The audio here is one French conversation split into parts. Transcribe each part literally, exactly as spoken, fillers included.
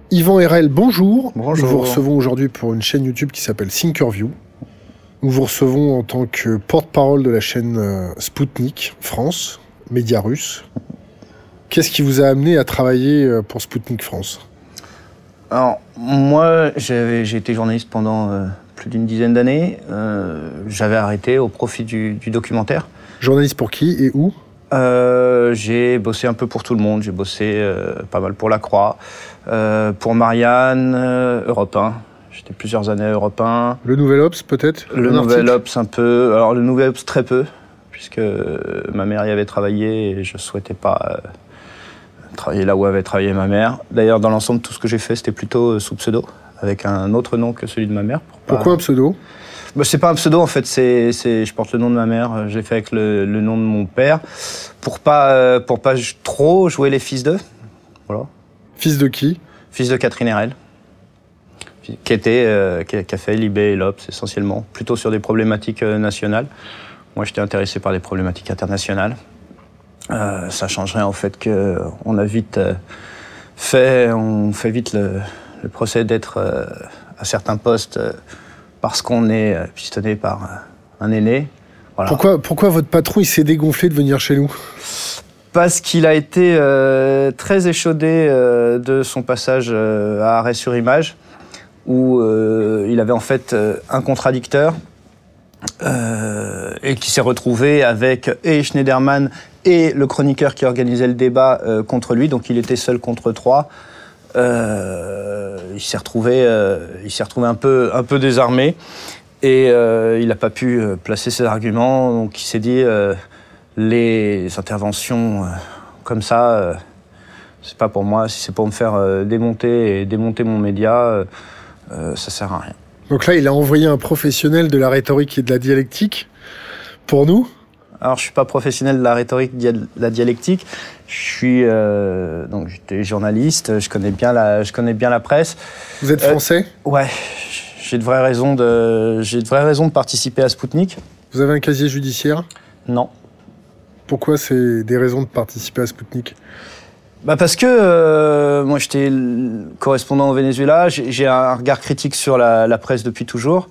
Yvan Hérel, bonjour. Bonjour. Nous vous recevons aujourd'hui pour une chaîne YouTube qui s'appelle Thinkerview. Nous vous recevons en tant que porte-parole de la chaîne euh, Sputnik France, média russe. Qu'est-ce qui vous a amené à travailler euh, pour Sputnik France ? Alors, moi, j'avais, j'ai été journaliste pendant euh, plus d'une dizaine d'années. Euh, j'avais arrêté au profit du, du documentaire. Journaliste pour qui et où ? Euh, j'ai bossé un peu pour tout le monde. J'ai bossé euh, pas mal pour La Croix, euh, pour Marianne, euh, Europe un. J'étais plusieurs années à Europe un. Le Nouvel Obs, peut-être ? Le Nouvel Obs, un peu. Alors, le Nouvel Obs, très peu, puisque euh, ma mère y avait travaillé et je souhaitais pas euh, travailler là où avait travaillé ma mère. D'ailleurs, dans l'ensemble, tout ce que j'ai fait, c'était plutôt euh, sous pseudo, avec un autre nom que celui de ma mère. Pour pas... Pourquoi un pseudo ? Bah, c'est pas un pseudo en fait, c'est, c'est, je porte le nom de ma mère, je l'ai fait avec le, le nom de mon père, pour pas, euh, pour pas trop jouer les fils d'eux. Voilà. Fils de qui ? Fils de Catherine Hérel, qui, était, euh, qui, a, qui a fait l'I B et l'Obs essentiellement, plutôt sur des problématiques euh, nationales. Moi j'étais intéressé par des problématiques internationales. Euh, ça changerait en fait qu'on a vite euh, fait, on fait vite le, le procès d'être euh, à certains postes. Euh, parce qu'on est pistonné par un aîné. Voilà. Pourquoi, pourquoi votre patron il s'est dégonflé de venir chez nous ? Parce qu'il a été euh, très échaudé euh, de son passage euh, à Arrêt-sur-Image, où euh, il avait en fait euh, un contradicteur, euh, et qui s'est retrouvé avec et Schneiderman et le chroniqueur qui organisait le débat euh, contre lui, donc il était seul contre trois. Euh, il s'est retrouvé, euh, il s'est retrouvé un peu, un peu désarmé et euh, il n'a pas pu placer ses arguments. Donc il s'est dit euh, les interventions euh, comme ça, euh, c'est pas pour moi. Si c'est pour me faire euh, démonter et démonter mon média, euh, euh, ça sert à rien. Donc là, il a envoyé un professionnel de la rhétorique et de la dialectique pour nous. Alors, je suis pas professionnel de la rhétorique, de la dialectique. Je suis euh, donc j'étais journaliste. Je connais bien la, je connais bien la presse. Vous êtes français ? euh, Ouais. J'ai de vraies raisons de, j'ai de vraies raisons de participer à Sputnik. Vous avez un casier judiciaire ? Non. Pourquoi c'est des raisons de participer à Sputnik ? Bah parce que euh, moi j'étais correspondant au Venezuela. J'ai, j'ai un regard critique sur la, la presse depuis toujours.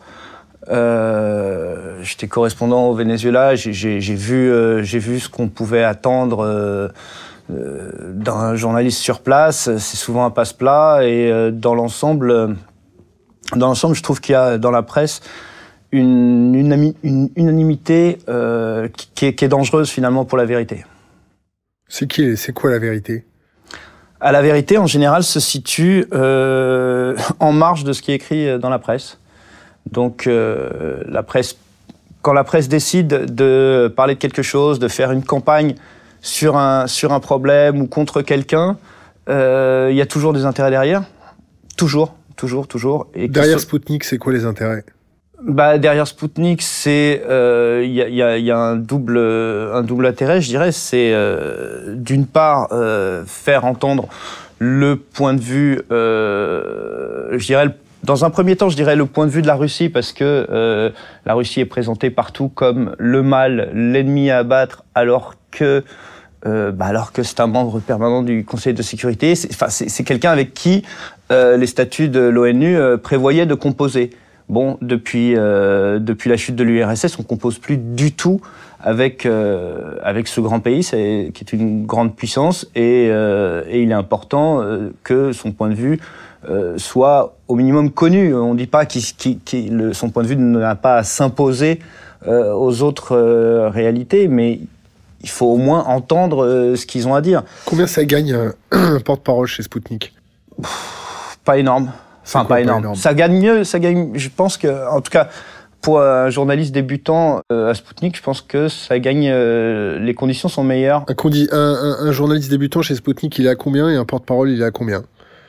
Euh, j'étais correspondant au Venezuela, j'ai, j'ai, j'ai, vu, euh, j'ai vu ce qu'on pouvait attendre euh, euh, d'un journaliste sur place. C'est souvent un passe-plat et euh, dans l'ensemble, euh, dans l'ensemble, je trouve qu'il y a dans la presse une, une, une unanimité euh, qui, est, qui est dangereuse finalement pour la vérité. C'est qui, c'est quoi la vérité ? À la vérité, en général, se situe euh, en marge de ce qui est écrit dans la presse. Donc, euh, la presse, quand la presse décide de parler de quelque chose, de faire une campagne sur un, sur un problème ou contre quelqu'un, euh, il y a toujours des intérêts derrière. Toujours, toujours, toujours. Et derrière so... Sputnik, c'est quoi les intérêts ? Bah, derrière Sputnik, c'est il euh, y, a, y, a, y a un double, un double intérêt, je dirais. C'est euh, d'une part euh, faire entendre le point de vue, euh, je dirais le Dans un premier temps, je dirais le point de vue de la Russie, parce que euh, la Russie est présentée partout comme le mal, l'ennemi à abattre, alors que, euh, bah alors que c'est un membre permanent du Conseil de sécurité. C'est, enfin, c'est, c'est quelqu'un avec qui euh, les statuts de l'ONU euh, prévoyaient de composer. Bon, depuis euh, depuis la chute de l'U R S S, on compose plus du tout avec euh, avec ce grand pays, c'est, qui est une grande puissance, et, euh, et il est important euh, que son point de vue Euh, soit au minimum connu. On ne dit pas qu'il, qu'il, qu'il, le, son point de vue n'a pas à s'imposer euh, aux autres euh, réalités, mais il faut au moins entendre euh, ce qu'ils ont à dire. Combien ça gagne un, un porte-parole chez Sputnik ? Pff, Pas énorme. Enfin, quoi, pas, énorme. pas énorme. Ça gagne mieux. Ça gagne. Je pense que, en tout cas, pour un journaliste débutant euh, à Sputnik, je pense que ça gagne. Euh, les conditions sont meilleures. Un, condi- un, un, un journaliste débutant chez Sputnik, il est à combien, et un porte-parole, il est à combien ?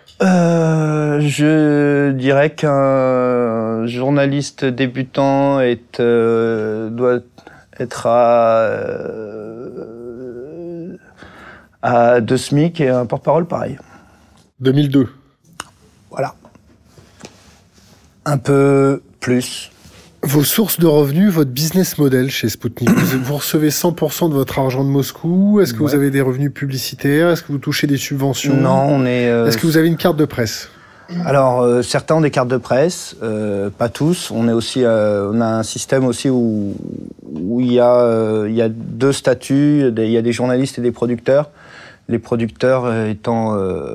Euh, je dirais qu'un journaliste débutant est, euh, doit être à, euh, à deux SMIC et un porte-parole pareil. deux mille deux. Voilà. Un peu plus. Vos sources de revenus, votre business model chez Sputnik, vous, vous recevez cent pour cent de votre argent de Moscou ? Est-ce que ouais. vous avez des revenus publicitaires ? Est-ce que vous touchez des subventions ? Non, on est... Euh... Est-ce que vous avez une carte de presse ? Alors, euh, certains ont des cartes de presse, euh, pas tous. On est aussi, euh, on a un système aussi où où il y a euh, il y a deux statuts. Il y a des journalistes et des producteurs. Les producteurs euh, étant euh,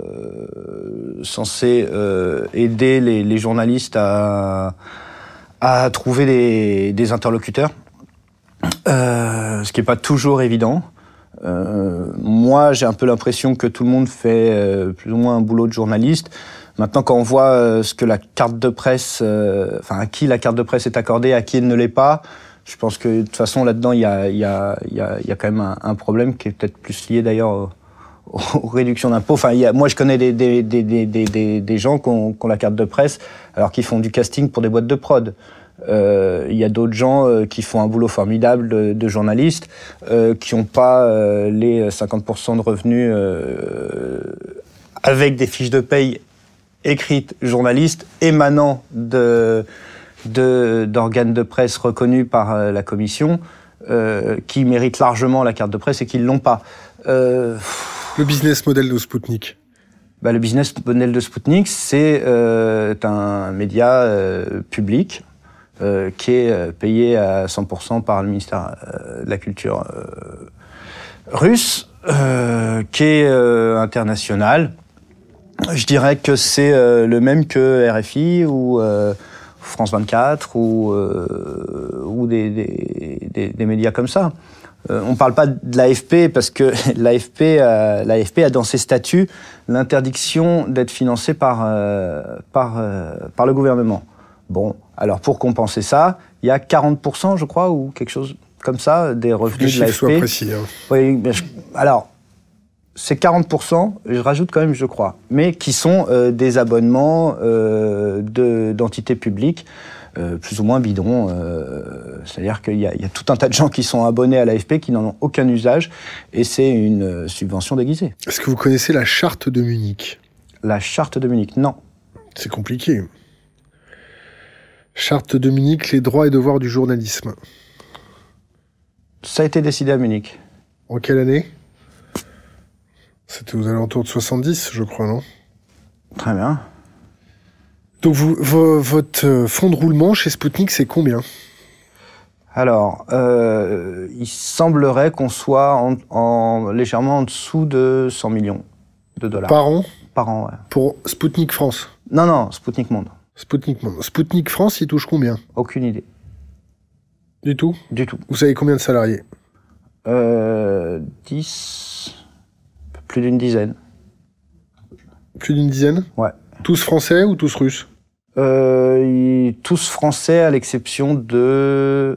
censés euh, aider les, les journalistes à à trouver des, des interlocuteurs, euh, ce qui est pas toujours évident. Euh, moi, j'ai un peu l'impression que tout le monde fait euh, plus ou moins un boulot de journaliste. Maintenant, quand on voit euh, ce que la carte de presse, euh, enfin à qui la carte de presse est accordée, à qui elle ne l'est pas, je pense que de toute façon là-dedans il y a, il y a, il y a, il y a quand même un, un problème qui est peut-être plus lié d'ailleurs aux, aux réductions d'impôts. Enfin, il y a, moi je connais des, des, des, des, des, des gens qui ont, qui ont la carte de presse alors qu'ils font du casting pour des boîtes de prod. Euh, il y a d'autres gens euh, qui font un boulot formidable de, de journalistes, euh, qui n'ont pas euh, les cinquante pour cent de revenus euh, avec des fiches de paye écrites journalistes émanant de, de, d'organes de presse reconnus par euh, la commission, euh, qui méritent largement la carte de presse et qui ne l'ont pas. Euh, Le business model de Spoutnik. Bah, le business model de Spoutnik, c'est euh, un média euh, public, Euh, qui est euh, payé à cent pour cent par le ministère euh, de la Culture euh, russe, euh, qui est euh, international. Je dirais que c'est euh, le même que R F I ou euh, France vingt-quatre ou, euh, ou des, des, des, des médias comme ça. Euh, on ne parle pas de l'A F P parce que l'A F P, euh, l'A F P a dans ses statuts l'interdiction d'être financé par, euh, par, euh, par le gouvernement. Bon, alors pour compenser ça, il y a quarante pour cent, je crois, ou quelque chose comme ça, des revenus de l'A F P. Soit précis, hein. Oui, mais je, alors, c'est quarante pour cent, je rajoute quand même, je crois, mais qui sont euh, des abonnements euh, de, d'entités publiques, euh, plus ou moins bidons. Euh, c'est-à-dire qu'il y a, il y a tout un tas de gens qui sont abonnés à l'A F P qui n'en ont aucun usage, et c'est une euh, subvention déguisée. Est-ce que vous connaissez la charte de Munich ? La charte de Munich, non. C'est compliqué. Charte de Munich, les droits et devoirs du journalisme. Ça a été décidé à Munich. En quelle année ? C'était aux alentours de soixante-dix, je crois, non ? Très bien. Donc, vous, vo, votre fonds de roulement chez Spoutnik, c'est combien ? Alors, euh, il semblerait qu'on soit en, en, légèrement en dessous de cent millions de dollars. Par an ? Par an, ouais. Pour Spoutnik France ? Non, non, Spoutnik Monde. Spoutnik Monde. Spoutnik France, il touche combien ? Aucune idée. Du tout ? Du tout. Vous savez combien de salariés ? Euh, dix... Plus d'une dizaine. Plus d'une dizaine ? Ouais. Tous français ou tous russes ? euh, ils, Tous français à l'exception de...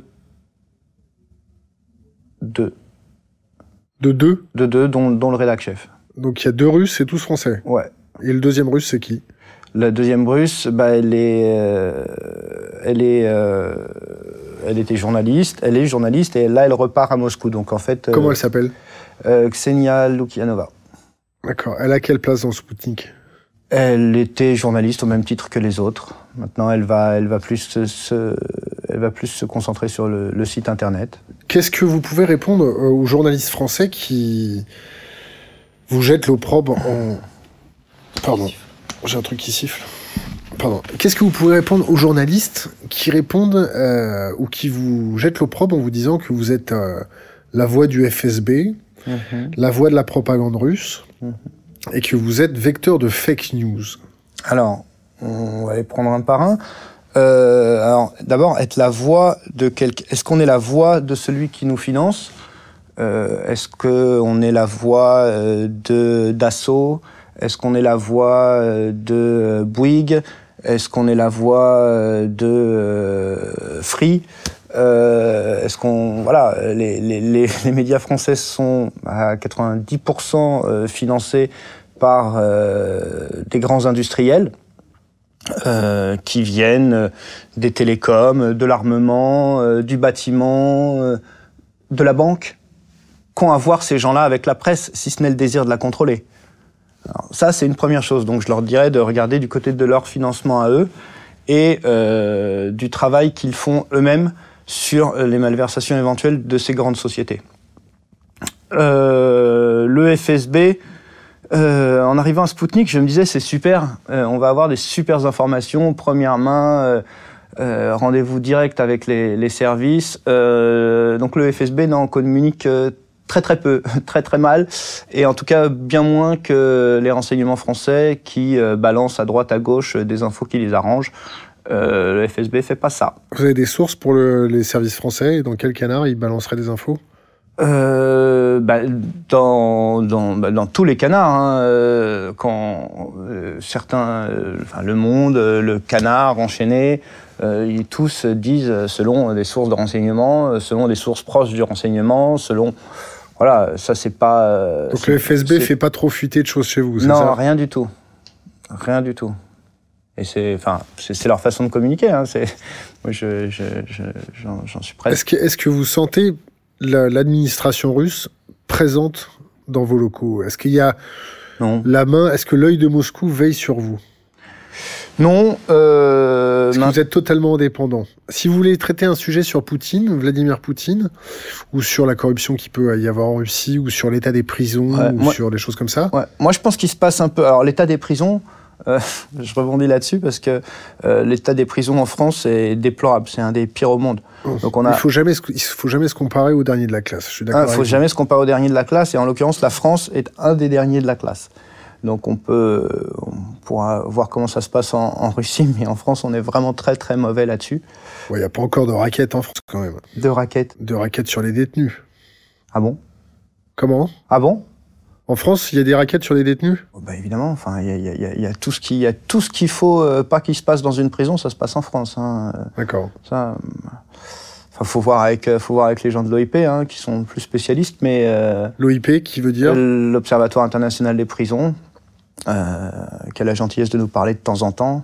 Deux. De deux ? De deux, dont, dont le rédac chef. Donc il y a deux Russes et tous français ? Ouais. Et le deuxième Russe, c'est qui ? La deuxième Russe, bah, elle est, euh, elle est, euh, elle était journaliste, elle est journaliste et là elle repart à Moscou. Donc en fait. Comment euh, elle s'appelle ? euh, Ksenia Lukianova. D'accord. Elle a quelle place dans Spoutnik ? Elle était journaliste au même titre que les autres. Maintenant, elle va, elle va plus se, se elle va plus se concentrer sur le, le site internet. Qu'est-ce que vous pouvez répondre aux journalistes français qui vous jettent l'opprobre en... Pardon. J'ai un truc qui siffle. Pardon. Qu'est-ce que vous pouvez répondre aux journalistes qui répondent euh, ou qui vous jettent l'opprobre en vous disant que vous êtes euh, la voix du F S B, mm-hmm. la voix de la propagande russe, mm-hmm. et que vous êtes vecteur de fake news ? Alors, on va les prendre un par un. Euh, alors, d'abord, être la voix de quelqu'un. Est-ce qu'on est la voix de celui qui nous finance ? euh, Est-ce qu'on est la voix euh, de Dassault ? Est-ce qu'on est la voix de Bouygues ? Est-ce qu'on est la voix de euh, Free ? euh, Est-ce qu'on voilà les, les, les, les médias français sont à quatre-vingt-dix pour cent financés par euh, des grands industriels euh, qui viennent des télécoms, de l'armement, euh, du bâtiment, euh, de la banque. Qu'ont à voir ces gens-là avec la presse, si ce n'est le désir de la contrôler ? Alors, ça, c'est une première chose. Donc, je leur dirais de regarder du côté de leur financement à eux et euh, du travail qu'ils font eux-mêmes sur les malversations éventuelles de ces grandes sociétés. Euh, le F S B, Euh, en arrivant à Spoutnik, je me disais, c'est super, euh, on va avoir des super informations, première main, euh, euh, rendez-vous direct avec les, les services. Euh, donc le F S B n'en communique euh, très très peu, très très mal, et en tout cas bien moins que les renseignements français qui euh, balancent à droite à gauche des infos qui les arrangent. Euh, le F S B fait pas ça. Vous avez des sources pour le, les services français, et dans quel canard ils balanceraient des infos? Euh, bah, dans, dans, bah, dans tous les canards, hein, euh, quand euh, certains, euh, enfin, Le Monde, euh, Le Canard, Enchaîné, euh, ils tous disent selon des sources de renseignement, euh, selon des sources proches du renseignement, selon... Voilà, ça c'est pas... Euh, Donc c'est, le F S B c'est... fait pas trop fuiter de choses chez vous, c'est non, ça? Non, rien du tout. Rien du tout. Et c'est, enfin, c'est, c'est leur façon de communiquer. Hein, c'est, moi, je, je, je, j'en, j'en suis presque... Est-ce que, est-ce que vous sentez... La, l'administration russe présente dans vos locaux? Est-ce qu'il y a non. la main, est-ce que l'œil de Moscou veille sur vous? Non. Euh, est-ce que vous êtes totalement indépendant? Si vous voulez traiter un sujet sur Poutine, Vladimir Poutine, ou sur la corruption qu'il peut y avoir en Russie, ou sur l'état des prisons, ouais, ou moi, sur des choses comme ça? Ouais. Moi, je pense qu'il se passe un peu... Alors, l'état des prisons... Euh, je rebondis là-dessus parce que euh, l'état des prisons en France est déplorable, c'est un des pires au monde. Donc on a... Il ne faut jamais, faut jamais se comparer au dernier de la classe, je suis d'accord. Il ne faut jamais se comparer au dernier de la classe, et en l'occurrence, la France est un des derniers de la classe. Donc on peut, on pourra voir comment ça se passe en, en Russie, mais en France, on est vraiment très très mauvais là-dessus. Il ouais, n'y a pas encore de raquettes en France quand même. De raquettes De raquettes sur les détenus. Ah bon? Comment? Ah bon? En France, il y a des raquettes sur les détenus? Oh bah évidemment, enfin, il y a, y a, y a tout ce qu'il y a tout ce qu'il faut euh, pas qu'il se passe dans une prison, ça se passe en France. Hein. D'accord. Ça, enfin, faut voir avec, faut voir avec les gens de l'O I P, hein, qui sont plus spécialistes, mais euh, l'O I P, qui veut dire l'Observatoire international des prisons, euh, qui a la gentillesse de nous parler de temps en temps.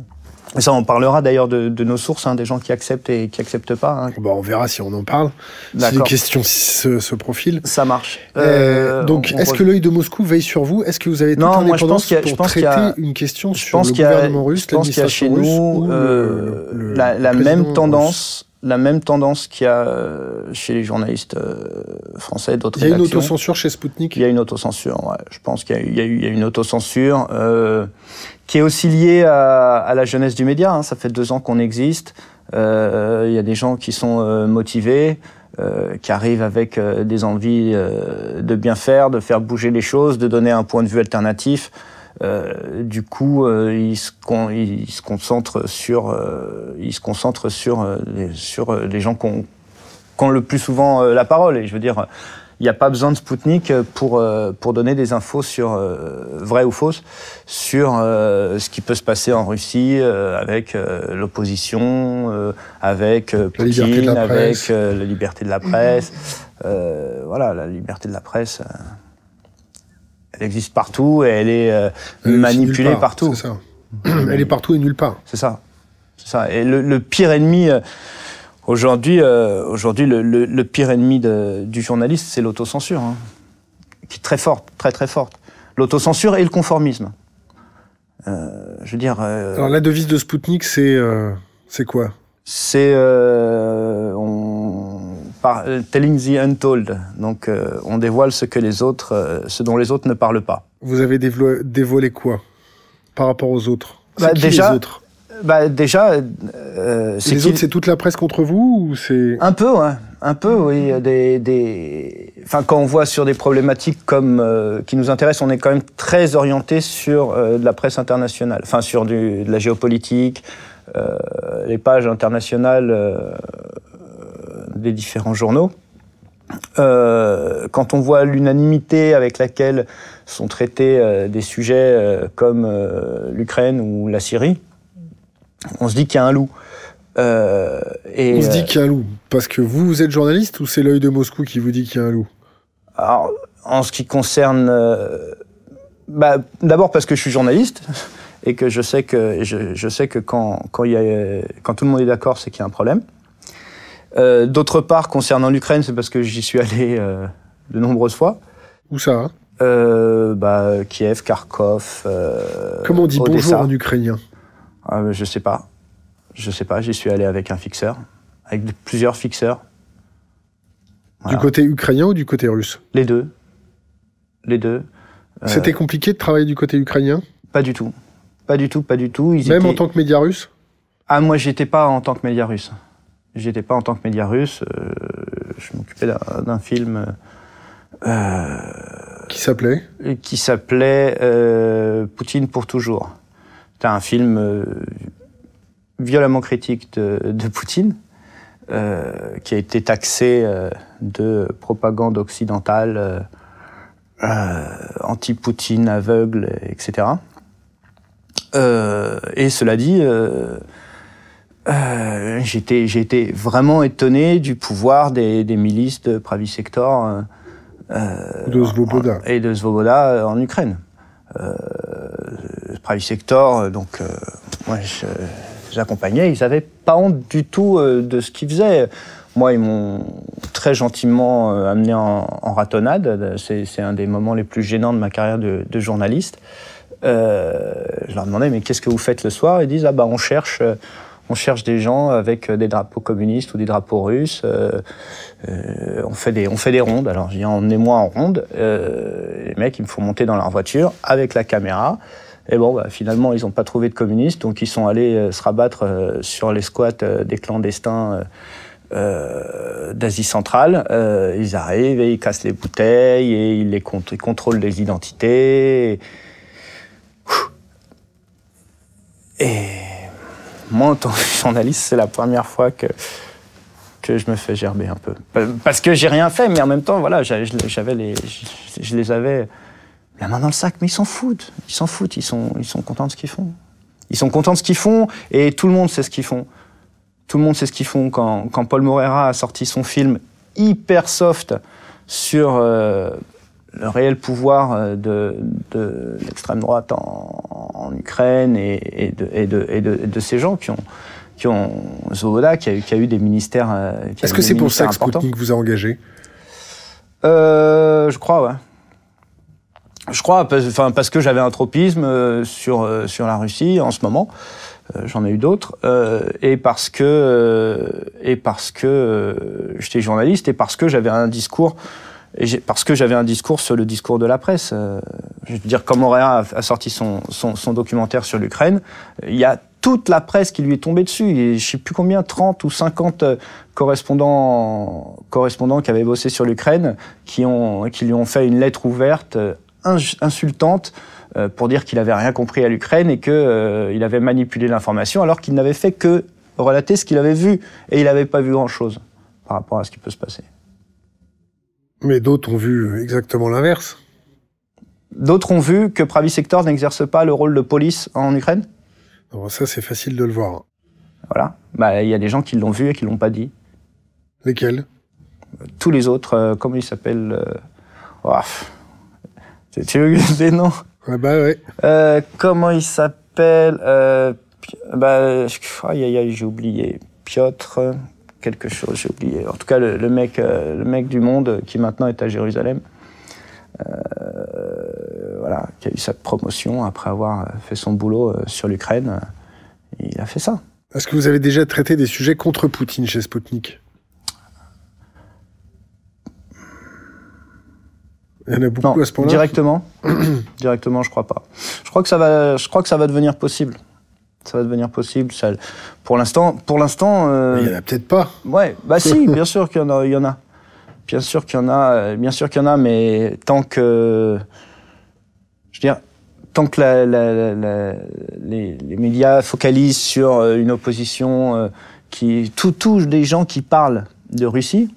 Et ça, on parlera d'ailleurs de, de nos sources, hein, des gens qui acceptent et qui acceptent pas. Hein. Bah, on verra si on en parle, D'accord. si les questions se, se profilent. Ça marche. Euh, donc, on, on est-ce re... que l'œil de Moscou veille sur vous? Est-ce que vous avez toute non, indépendance moi, pour traiter a, une question sur le gouvernement russe, je pense qu'il y a chez russe, nous euh, le, le, la, la même tendance, russe. la même tendance qu'il y a chez les journalistes français d'autres rédactions. Il y a une autocensure chez Spoutnik? Il y a une autocensure, ouais. Je pense qu'il y a, il y a, eu, il y a une autocensure. Euh, qui est aussi lié à, à la jeunesse du média. Hein. Ça fait deux ans qu'on existe. Euh, il y a des gens qui sont euh, motivés, euh, qui arrivent avec euh, des envies euh, de bien faire, de faire bouger les choses, de donner un point de vue alternatif. Euh, du coup, euh, ils, se con, ils se concentrent sur, euh, ils se concentrent sur, euh, les, sur les gens qui ont, qui ont le plus souvent euh, la parole. Et je veux dire, il n'y a pas besoin de Spoutnik pour, euh, pour donner des infos sur, euh, vraies ou fausses, sur euh, ce qui peut se passer en Russie euh, avec euh, l'opposition, euh, avec euh, Poutine, avec euh, la liberté de la presse. Euh, voilà, la liberté de la presse, euh, elle existe partout et elle est euh, elle manipulée part, partout. C'est ça. Elle est partout et nulle part. C'est ça. C'est ça. Et le, le pire ennemi... Euh, Aujourd'hui, euh, aujourd'hui le, le, le pire ennemi de, du journaliste, c'est l'autocensure, hein, qui est très forte, très très forte. L'autocensure et le conformisme. Euh, je veux dire... Euh, Alors la devise de Spoutnik, c'est, euh, c'est quoi? C'est euh, on, par, telling the untold. Donc euh, on dévoile ce que les autres, euh, ce dont les autres ne parlent pas. Vous avez dévoilé, dévoilé quoi par rapport aux autres? C'est bah, qui déjà, les autres? Bah déjà, euh, c'est les autres, c'est toute la presse contre vous ou c'est un peu, ouais, un peu, oui. Des, des, enfin, quand on voit sur des problématiques comme euh, qui nous intéressent, on est quand même très orienté sur euh, de la presse internationale, enfin sur du, de la géopolitique, euh, les pages internationales euh, des différents journaux. Euh, quand on voit l'unanimité avec laquelle sont traités euh, des sujets euh, comme euh, l'Ukraine ou la Syrie. On se dit qu'il y a un loup. Euh, et on se dit qu'il y a un loup parce que vous, vous êtes journaliste ou c'est l'œil de Moscou qui vous dit qu'il y a un loup? Alors, en ce qui concerne... Euh, bah, d'abord parce que je suis journaliste et que je sais que, je, je sais que quand, quand, il y a, quand tout le monde est d'accord, c'est qu'il y a un problème. Euh, d'autre part, concernant l'Ukraine, c'est parce que j'y suis allé euh, de nombreuses fois. Où ça hein euh, bah, Kiev, Kharkov, euh, Comment on dit Odessa. Bonjour en ukrainien? Euh, je sais pas. Je sais pas, j'y suis allé avec un fixeur, avec plusieurs fixeurs. Voilà. Du côté ukrainien ou du côté russe? Les deux. Les deux. C'était euh, compliqué de travailler du côté ukrainien ? Pas du tout. Pas du tout, pas du tout. Ils Même étaient... en tant que média russe ? Ah, moi, j'étais pas en tant que média russe. J'étais pas en tant que média russe. Euh, je m'occupais d'un, d'un film... Euh, qui s'appelait Qui s'appelait euh, Poutine pour toujours. C'était un film euh, violemment critique de, de Poutine, euh, qui a été taxé euh, de propagande occidentale, euh, euh, anti-Poutine, aveugle, et cetera. Euh, et cela dit, euh, euh, j'étais, j'ai été vraiment étonné du pouvoir des, des milices de Pravi Sector euh, de Svoboda. En, et de Svoboda en Ukraine. Euh, Pravi Sector, donc euh, moi je, j'accompagnais, ils n'avaient pas honte du tout euh, de ce qu'ils faisaient. Moi, ils m'ont très gentiment euh, amené en, en ratonnade. C'est, c'est un des moments les plus gênants de ma carrière de, de journaliste. Euh, je leur demandais, mais qu'est-ce que vous faites le soir ? Ils disent, ah bah on cherche, on cherche des gens avec des drapeaux communistes ou des drapeaux russes. Euh, euh, on fait des, on fait des rondes. Alors je dis, emmenez-moi en ronde. Euh, les mecs, ils me font monter dans leur voiture avec la caméra. Et bon, bah, finalement, ils n'ont pas trouvé de communistes, donc ils sont allés euh, se rabattre euh, sur les squats euh, des clandestins euh, d'Asie centrale. Euh, ils arrivent et ils cassent les bouteilles et ils, les cont- ils contrôlent les identités. Et... Et moi, en tant que journaliste, c'est la première fois que, que je me fais gerber un peu. Parce que j'ai rien fait, mais en même temps, voilà, j'avais les, je les avais la main dans le sac, mais ils s'en foutent. Ils s'en foutent, ils sont, ils sont contents de ce qu'ils font. Ils sont contents de ce qu'ils font, et tout le monde sait ce qu'ils font. Tout le monde sait ce qu'ils font. Quand, quand Paul Moreira a sorti son film hyper soft sur... Euh, le réel pouvoir de, de l'extrême droite en, en Ukraine et, et, de, et, de, et, de, et de ces gens qui ont, qui ont Svoboda, qui a, qui a eu des ministères. Est-ce que c'est pour ça que Sputnik vous a engagé ? euh, Je crois, ouais. Je crois, parce, enfin, parce que j'avais un tropisme sur, sur la Russie en ce moment. Euh, j'en ai eu d'autres. Euh, et parce que, euh, et parce que euh, j'étais journaliste et parce que j'avais un discours. Et j'ai, parce que j'avais un discours sur le discours de la presse. Euh, je veux dire, quand Moreira a, a sorti son, son, son documentaire sur l'Ukraine, il y a toute la presse qui lui est tombée dessus. Et je sais plus combien, trente ou cinquante correspondants, correspondants qui avaient bossé sur l'Ukraine, qui, ont, qui lui ont fait une lettre ouverte, insultante, euh, pour dire qu'il avait rien compris à l'Ukraine et qu'il euh, avait manipulé l'information, alors qu'il n'avait fait que relater ce qu'il avait vu. Et il n'avait pas vu grand-chose par rapport à ce qui peut se passer. Mais d'autres ont vu exactement l'inverse. D'autres ont vu que Pravi Sector n'exerce pas le rôle de police en Ukraine ? Alors ça, c'est facile de le voir. Voilà. Bah, y a des gens qui l'ont vu et qui l'ont pas dit. Lesquels ? Tous les autres, euh, comment ils s'appellent euh... oh. Tu veux des noms ? Ouais, bah ouais. Euh, comment ils s'appellent euh... Bah, aïe, aïe, aïe, j'ai oublié. Piotr... quelque chose, j'ai oublié. En tout cas, le, le, mec, euh, le mec du Monde qui maintenant est à Jérusalem, euh, voilà, qui a eu sa promotion après avoir fait son boulot euh, sur l'Ukraine, euh, il a fait ça. Est-ce que vous avez déjà traité des sujets contre Poutine chez Sputnik ? Il y en a beaucoup non, à ce point-là ? Directement, directement, je crois pas. Je crois que ça va, je crois que ça va devenir possible. Ça va devenir possible. Ça, pour l'instant, pour l'instant. Euh, il y en a peut-être pas. Ouais, bah si, bien sûr qu'il y en a, il y en a. Bien sûr qu'il y en a, bien sûr qu'il y en a, mais tant que, je veux dire, tant que la, la, la, la, les, les médias focalisent sur une opposition euh, qui, tous les gens qui parlent de Russie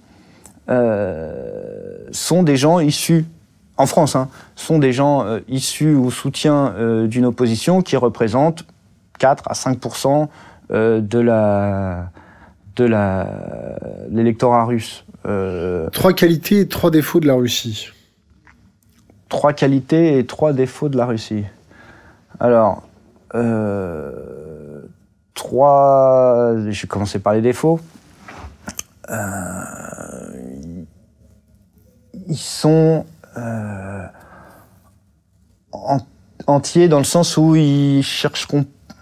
euh, sont des gens issus. En France, hein, sont des gens euh, issus ou soutiens euh, d'une opposition qui représente quatre à cinq pour cent euh, de la de la l'électorat russe. Euh, trois qualités et trois défauts de la Russie. Trois qualités et trois défauts de la Russie. Alors, euh, trois. Je vais commencer par les défauts. Euh, ils sont euh, en, entiers dans le sens où ils chercheront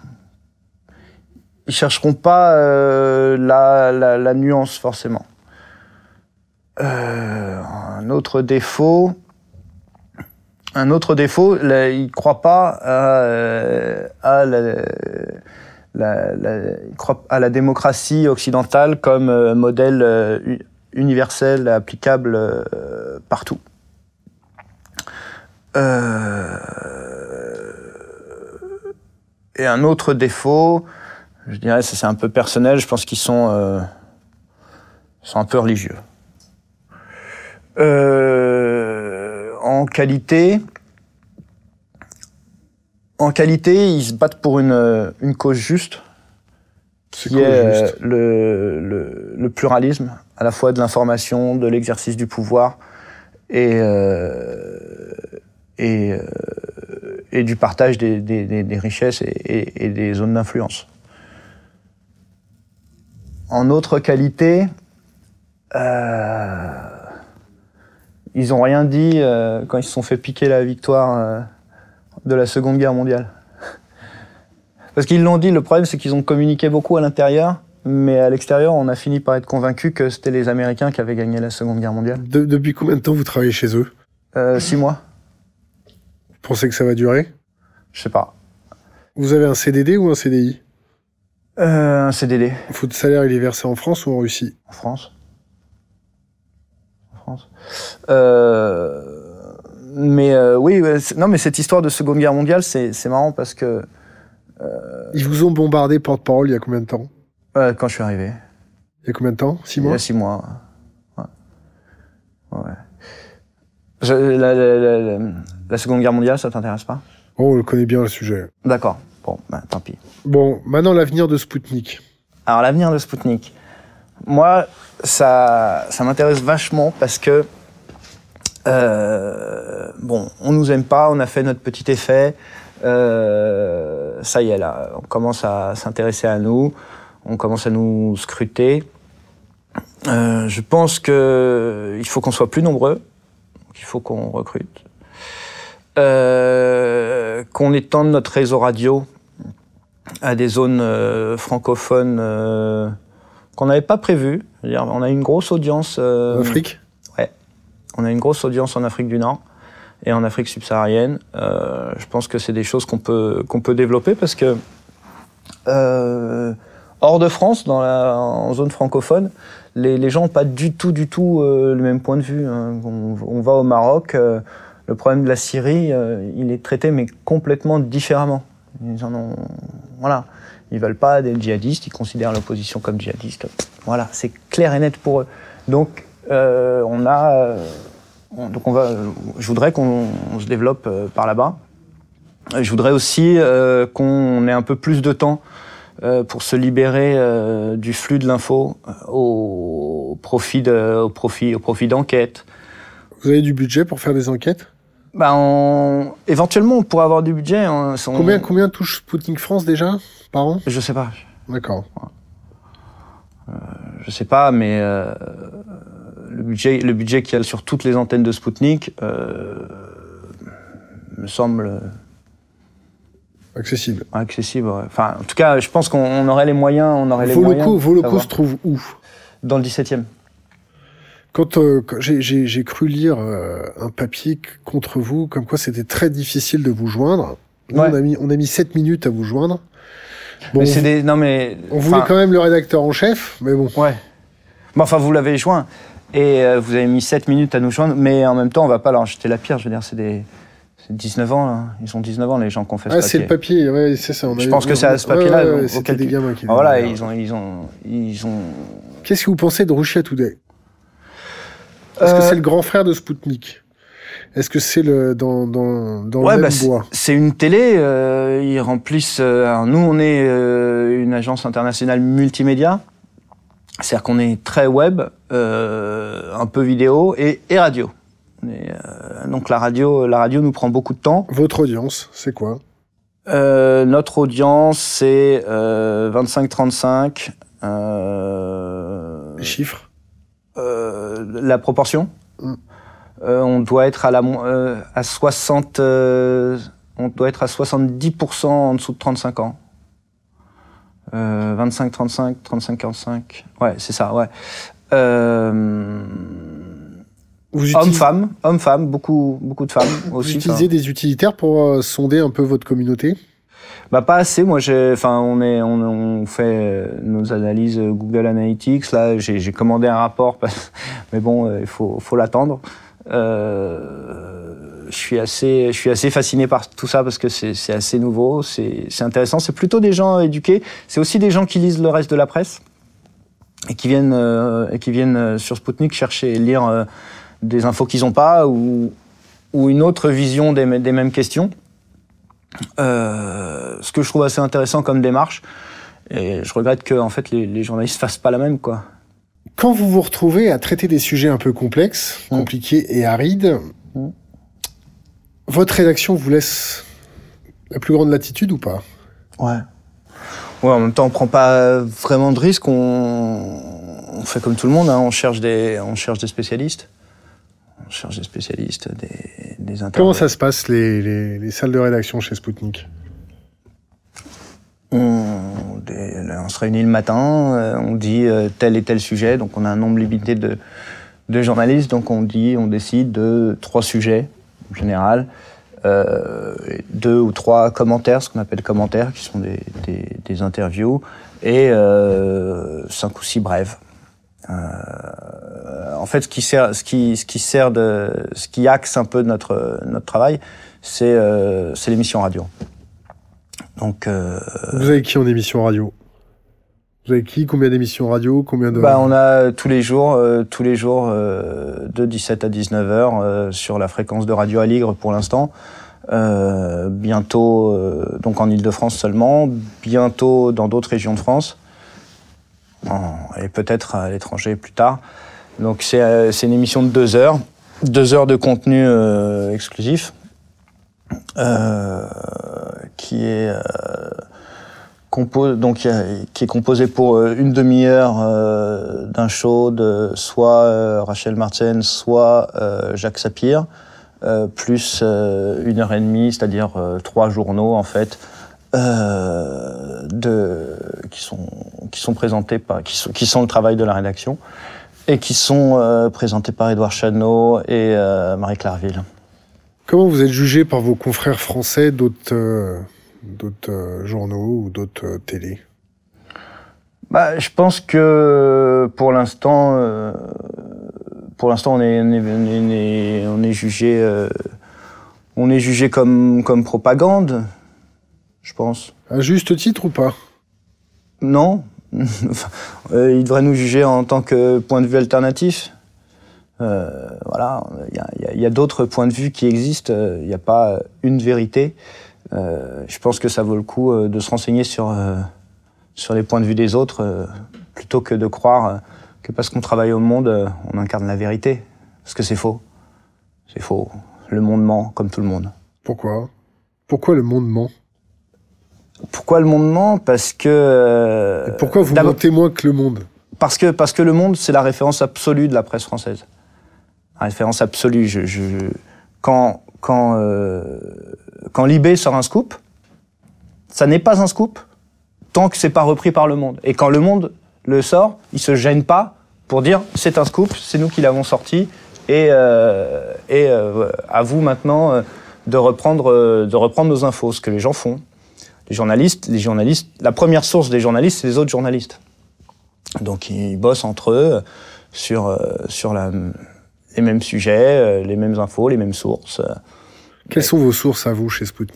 ils chercheront pas euh, la, la, la nuance forcément. Euh, un autre défaut, Un autre défaut, là, il ne croit pas à, euh, à, la, la, la, il croit à la démocratie occidentale comme euh, modèle euh, universel, applicable euh, partout. Euh, et un autre défaut, je dirais, ça c'est un peu personnel, je pense qu'ils sont, euh, sont un peu religieux. Euh, en qualité, en qualité, ils se battent pour une, une cause juste, C'est qui quoi, est juste le, le, le pluralisme, à la fois de l'information, de l'exercice du pouvoir et, euh, et, euh, et du partage des, des, des, des richesses et, et, et des zones d'influence. En autre qualité, euh, ils n'ont rien dit euh, quand ils se sont fait piquer la victoire euh, de la Seconde Guerre mondiale. Parce qu'ils l'ont dit, le problème c'est qu'ils ont communiqué beaucoup à l'intérieur, mais à l'extérieur on a fini par être convaincus que c'était les Américains qui avaient gagné la Seconde Guerre mondiale. De- Depuis combien de temps vous travaillez chez eux? Euh, six mois, Vous pensez que ça va durer? je sais pas. Vous avez un C D D ou un C D I? Euh, un C D D. Votre salaire, il est versé en France ou en Russie? En France. En France. Euh, mais euh, oui, ouais, c'est- non, mais cette histoire de Seconde Guerre mondiale, c'est c'est marrant parce que euh, Ils vous ont bombardé porte-parole il y a combien de temps? ouais, quand je suis arrivé, Il y a combien de temps? Six il y mois? a six mois. Ouais. Ouais. Je- la, la, la, la, la Seconde Guerre mondiale, ça t'intéresse pas? Oh, on le connaît bien le sujet. D'accord. Bon, bah, tant pis. Bon, maintenant l'avenir de Spoutnik. Alors l'avenir de Spoutnik, moi, ça, ça m'intéresse vachement parce que euh, bon, on nous aime pas, on a fait notre petit effet. Euh, ça y est là, on commence à s'intéresser à nous, on commence à nous scruter. Euh, je pense que il faut qu'on soit plus nombreux, donc il faut qu'on recrute, euh, qu'on étende notre réseau radio à des zones euh, francophones euh, qu'on n'avait pas prévues. C'est-à-dire, on a une grosse audience. Euh, En Afrique? Ouais, on a une grosse audience en Afrique du Nord et en Afrique subsaharienne. Euh, je pense que c'est des choses qu'on peut qu'on peut développer parce que euh, hors de France, dans la, en zone francophone, les, les gens n'ont pas du tout du tout euh, le même point de vue. Hein. On, on va au Maroc, euh, le problème de la Syrie, euh, il est traité mais complètement différemment. Ils en ont, voilà, ils veulent pas des djihadistes, ils considèrent l'opposition comme djihadiste. Voilà, c'est clair et net pour eux. Donc euh, on a, euh, on, donc on va, je voudrais qu'on on se développe euh, par là-bas. Je voudrais aussi euh, qu'on ait un peu plus de temps euh, pour se libérer euh, du flux de l'info euh, au profit de, au profit, au profit d'enquêtes. Vous avez du budget pour faire des enquêtes? Bah, on... éventuellement, on pourrait avoir du budget. On... Combien, combien touche Spoutnik France déjà par an? Je sais pas. D'accord. Euh, je sais pas, mais euh, le budget, le budget qu'il y a sur toutes les antennes de Spoutnik euh, me semble Accessible. accessible. Ouais. Enfin, en tout cas, je pense qu'on aurait les moyens. On aurait les Vos moyens. locaux, vos locaux savoir. se trouvent où? Dans le dix-septième. Quand, euh, quand j'ai, j'ai, j'ai cru lire euh, un papier contre vous, comme quoi c'était très difficile de vous joindre. Nous, Ouais. on a mis, on a mis sept minutes à vous joindre. Bon, Mais c'est on, des, non mais. on voulait quand même le rédacteur en chef, mais bon. Ouais. Bon, enfin, vous l'avez joint et euh, vous avez mis sept minutes à nous joindre, mais en même temps, on va pas leur jeter la pierre. Je veux dire, c'est des, c'est dix-neuf ans là. Ils ont dix-neuf ans les gens qui ont fait Ah, ce c'est papier. le papier, ouais, c'est ça. On Je avait- pense que c'est à ce papier-là, ouais, ouais, au- c'était auquel des tu- gamins qui Ah, voilà, l'avaient ils ont, ils ont, ils ont. Qu'est-ce que vous pensez de Russia Today? Est-ce que Euh, c'est le grand frère de Spoutnik? Est-ce que c'est le dans dans dans Ouais, le bah, même c'est- bois? c'est une télé. Euh, ils remplissent. Euh, alors nous, on est euh, une agence internationale multimédia. C'est-à-dire qu'on est très web, euh, un peu vidéo et, et radio. Et, euh, donc la radio, la radio nous prend beaucoup de temps. Votre audience, c'est quoi? Euh, notre audience, c'est euh, vingt-cinq trente-cinq. Euh, Les chiffres? euh, la proportion. Mm. Euh, on doit être à la mo- euh, à soixante. Euh, on doit être à soixante-dix pour cent en dessous de trente-cinq ans. Euh, vingt-cinq trente-cinq, trente-cinq quarante-cinq. Ouais, c'est ça. Ouais. Euh, Vous utilisez... Hommes-femmes, hommes-femmes, beaucoup, beaucoup de femmes vous aussi. Vous utilisez des utilitaires pour euh, sonder un peu votre communauté ? Bah pas assez. Moi, j'ai, enfin, on est, on, on fait nos analyses Google Analytics. Là, j'ai, j'ai commandé un rapport, parce... mais bon, il faut, faut l'attendre. Euh, je suis assez, je suis assez fasciné par tout ça parce que c'est, c'est assez nouveau, c'est, c'est intéressant. C'est plutôt des gens éduqués. C'est aussi des gens qui lisent le reste de la presse et qui viennent, euh, et qui viennent sur Spoutnik chercher et lire euh, des infos qu'ils n'ont pas ou, ou une autre vision des, des mêmes questions. Euh, ce que je trouve assez intéressant comme démarche. Et je regrette que en fait les, les journalistes fassent pas la même, quoi. Quand vous vous retrouvez à traiter des sujets un peu complexes, mmh. compliqués et arides, mmh. votre rédaction vous laisse la plus grande latitude ou pas ? Ouais. Ouais, en même temps, on prend pas vraiment de risques. On, on fait comme tout le monde, hein. On cherche des, on cherche des spécialistes. On cherche des spécialistes, des, des intervenants. Comment ça se passe, les, les, les salles de rédaction chez Spoutnik ? On, des, on se réunit le matin, euh, on dit euh, tel et tel sujet, donc on a un nombre limité de, de journalistes, donc on dit, on décide de trois sujets en général, euh, deux ou trois commentaires, ce qu'on appelle commentaires, qui sont des, des, des interviews, et euh, cinq ou six brèves. Euh, en fait, ce qui sert, ce qui, ce qui sert de, ce qui axe un peu notre notre travail, c'est euh, c'est l'émission radio. Donc, euh, vous avez qui en émission radio ? Vous avez qui ? Combien d'émissions radio ? Combien de... Bah, on a tous les jours, euh, tous les jours euh, de dix-sept à dix-neuf heures euh, sur la fréquence de Radio Aligre pour l'instant. Euh, bientôt, euh, donc en Île-de-France seulement. Bientôt dans d'autres régions de France. En, et peut-être à l'étranger plus tard. Donc c'est, euh, c'est une émission de deux heures. Deux heures de contenu euh, exclusif. Euh, qui est euh, compo- donc y a, qui est composé pour euh, une demi-heure euh, d'un show de soit euh, Rachel Martin, soit euh, Jacques Sapir, euh, plus euh, une heure et demie, c'est-à-dire euh, trois journaux en fait, euh, de qui sont qui sont présentés par qui sont qui sont le travail de la rédaction et qui sont euh, présentés par Édouard Chadneau et euh, Marie Clarville. Comment vous êtes jugé par vos confrères français d'autres, euh, d'autres euh, journaux ou d'autres euh, télés ? Bah, je pense que pour l'instant, euh, pour l'instant, on est, on est, on est, on est jugé, euh, on est jugé comme comme propagande, je pense. À juste titre ou pas ? Non, euh, ils devraient nous juger en tant que point de vue alternatif. Euh, voilà, il y a, y a, y a d'autres points de vue qui existent. Il n'y a pas une vérité. Euh, je pense que ça vaut le coup euh, de se renseigner sur euh, sur les points de vue des autres euh, plutôt que de croire euh, que parce qu'on travaille au monde, euh, on incarne la vérité. Parce que c'est faux. C'est faux. Le monde ment comme tout le monde. Pourquoi ? Pourquoi le monde ment ? Pourquoi le monde ment ? Parce que... Euh, Et pourquoi vous mentez moins que le monde ? Parce que, parce que le monde, c'est la référence absolue de la presse française. La référence absolue. Je, je, quand quand, euh, quand Libé sort un scoop, ça n'est pas un scoop tant que c'est pas repris par Le Monde. Et quand Le Monde le sort, il se gêne pas pour dire c'est un scoop, c'est nous qui l'avons sorti, et, euh, et euh, à vous maintenant euh, de reprendre, euh, de reprendre nos infos, ce que les gens font. Les journalistes, les journalistes, la première source des journalistes, c'est les autres journalistes. Donc ils bossent entre eux sur, euh, sur la, les mêmes sujets, euh, les mêmes infos, les mêmes sources. Quelles sont vos sources à vous chez Spoutnik ?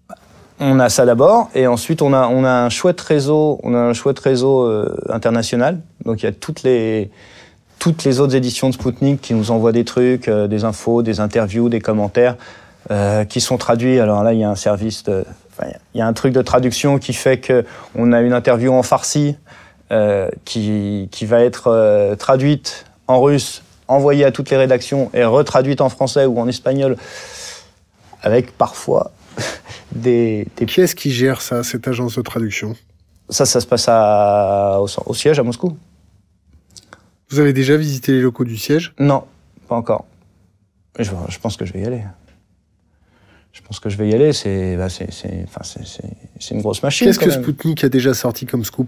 On a ça d'abord, et ensuite on a, on a un chouette réseau, on a un chouette réseau euh, international. Donc il y a toutes les, toutes les autres éditions de Spoutnik qui nous envoient des trucs, euh, des infos, des interviews, des commentaires, euh, qui sont traduits. Alors là, il y a un service de... Enfin, il y a un truc de traduction qui fait qu'on a une interview en farsi euh, qui, qui va être euh, traduite en russe, envoyée à toutes les rédactions et retraduite en français ou en espagnol, avec parfois des, des... Qui est-ce qui gère ça, cette agence de traduction ? Ça, ça se passe à, au, au siège à Moscou. Vous avez déjà visité les locaux du siège ? Non, pas encore. Je, je pense que je vais y aller. Je pense que je vais y aller, c'est, bah c'est, c'est, enfin c'est, c'est, c'est une grosse machine. Qu'est-ce que même. Spoutnik a déjà sorti comme scoop ?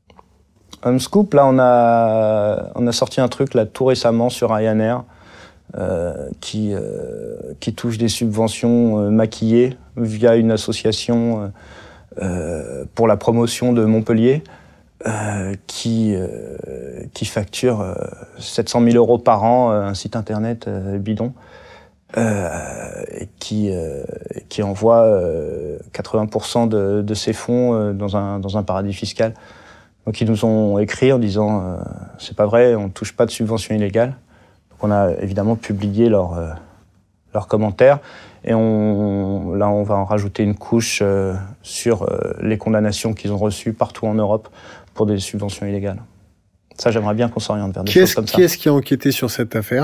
Un scoop, là, on a, on a sorti un truc là tout récemment sur Ryanair. euh, qui, euh, qui touchent des subventions euh, maquillées via une association euh, pour la promotion de Montpellier, euh, qui, euh, qui facture euh, sept cent mille euros par an, euh, un site internet euh, bidon, euh, et qui, euh, qui envoie euh, quatre-vingts pour cent de, de ses fonds euh, dans, un, dans un paradis fiscal. Donc ils nous ont écrit en disant euh, c'est pas vrai, on ne touche pas de subventions illégales. Donc on a évidemment publié leurs euh, leurs commentaires et on, là on va en rajouter une couche euh, sur euh, les condamnations qu'ils ont reçues partout en Europe pour des subventions illégales. Ça, j'aimerais bien qu'on s'oriente vers des qui choses comme ça. Qui est-ce qui a enquêté sur cette affaire ?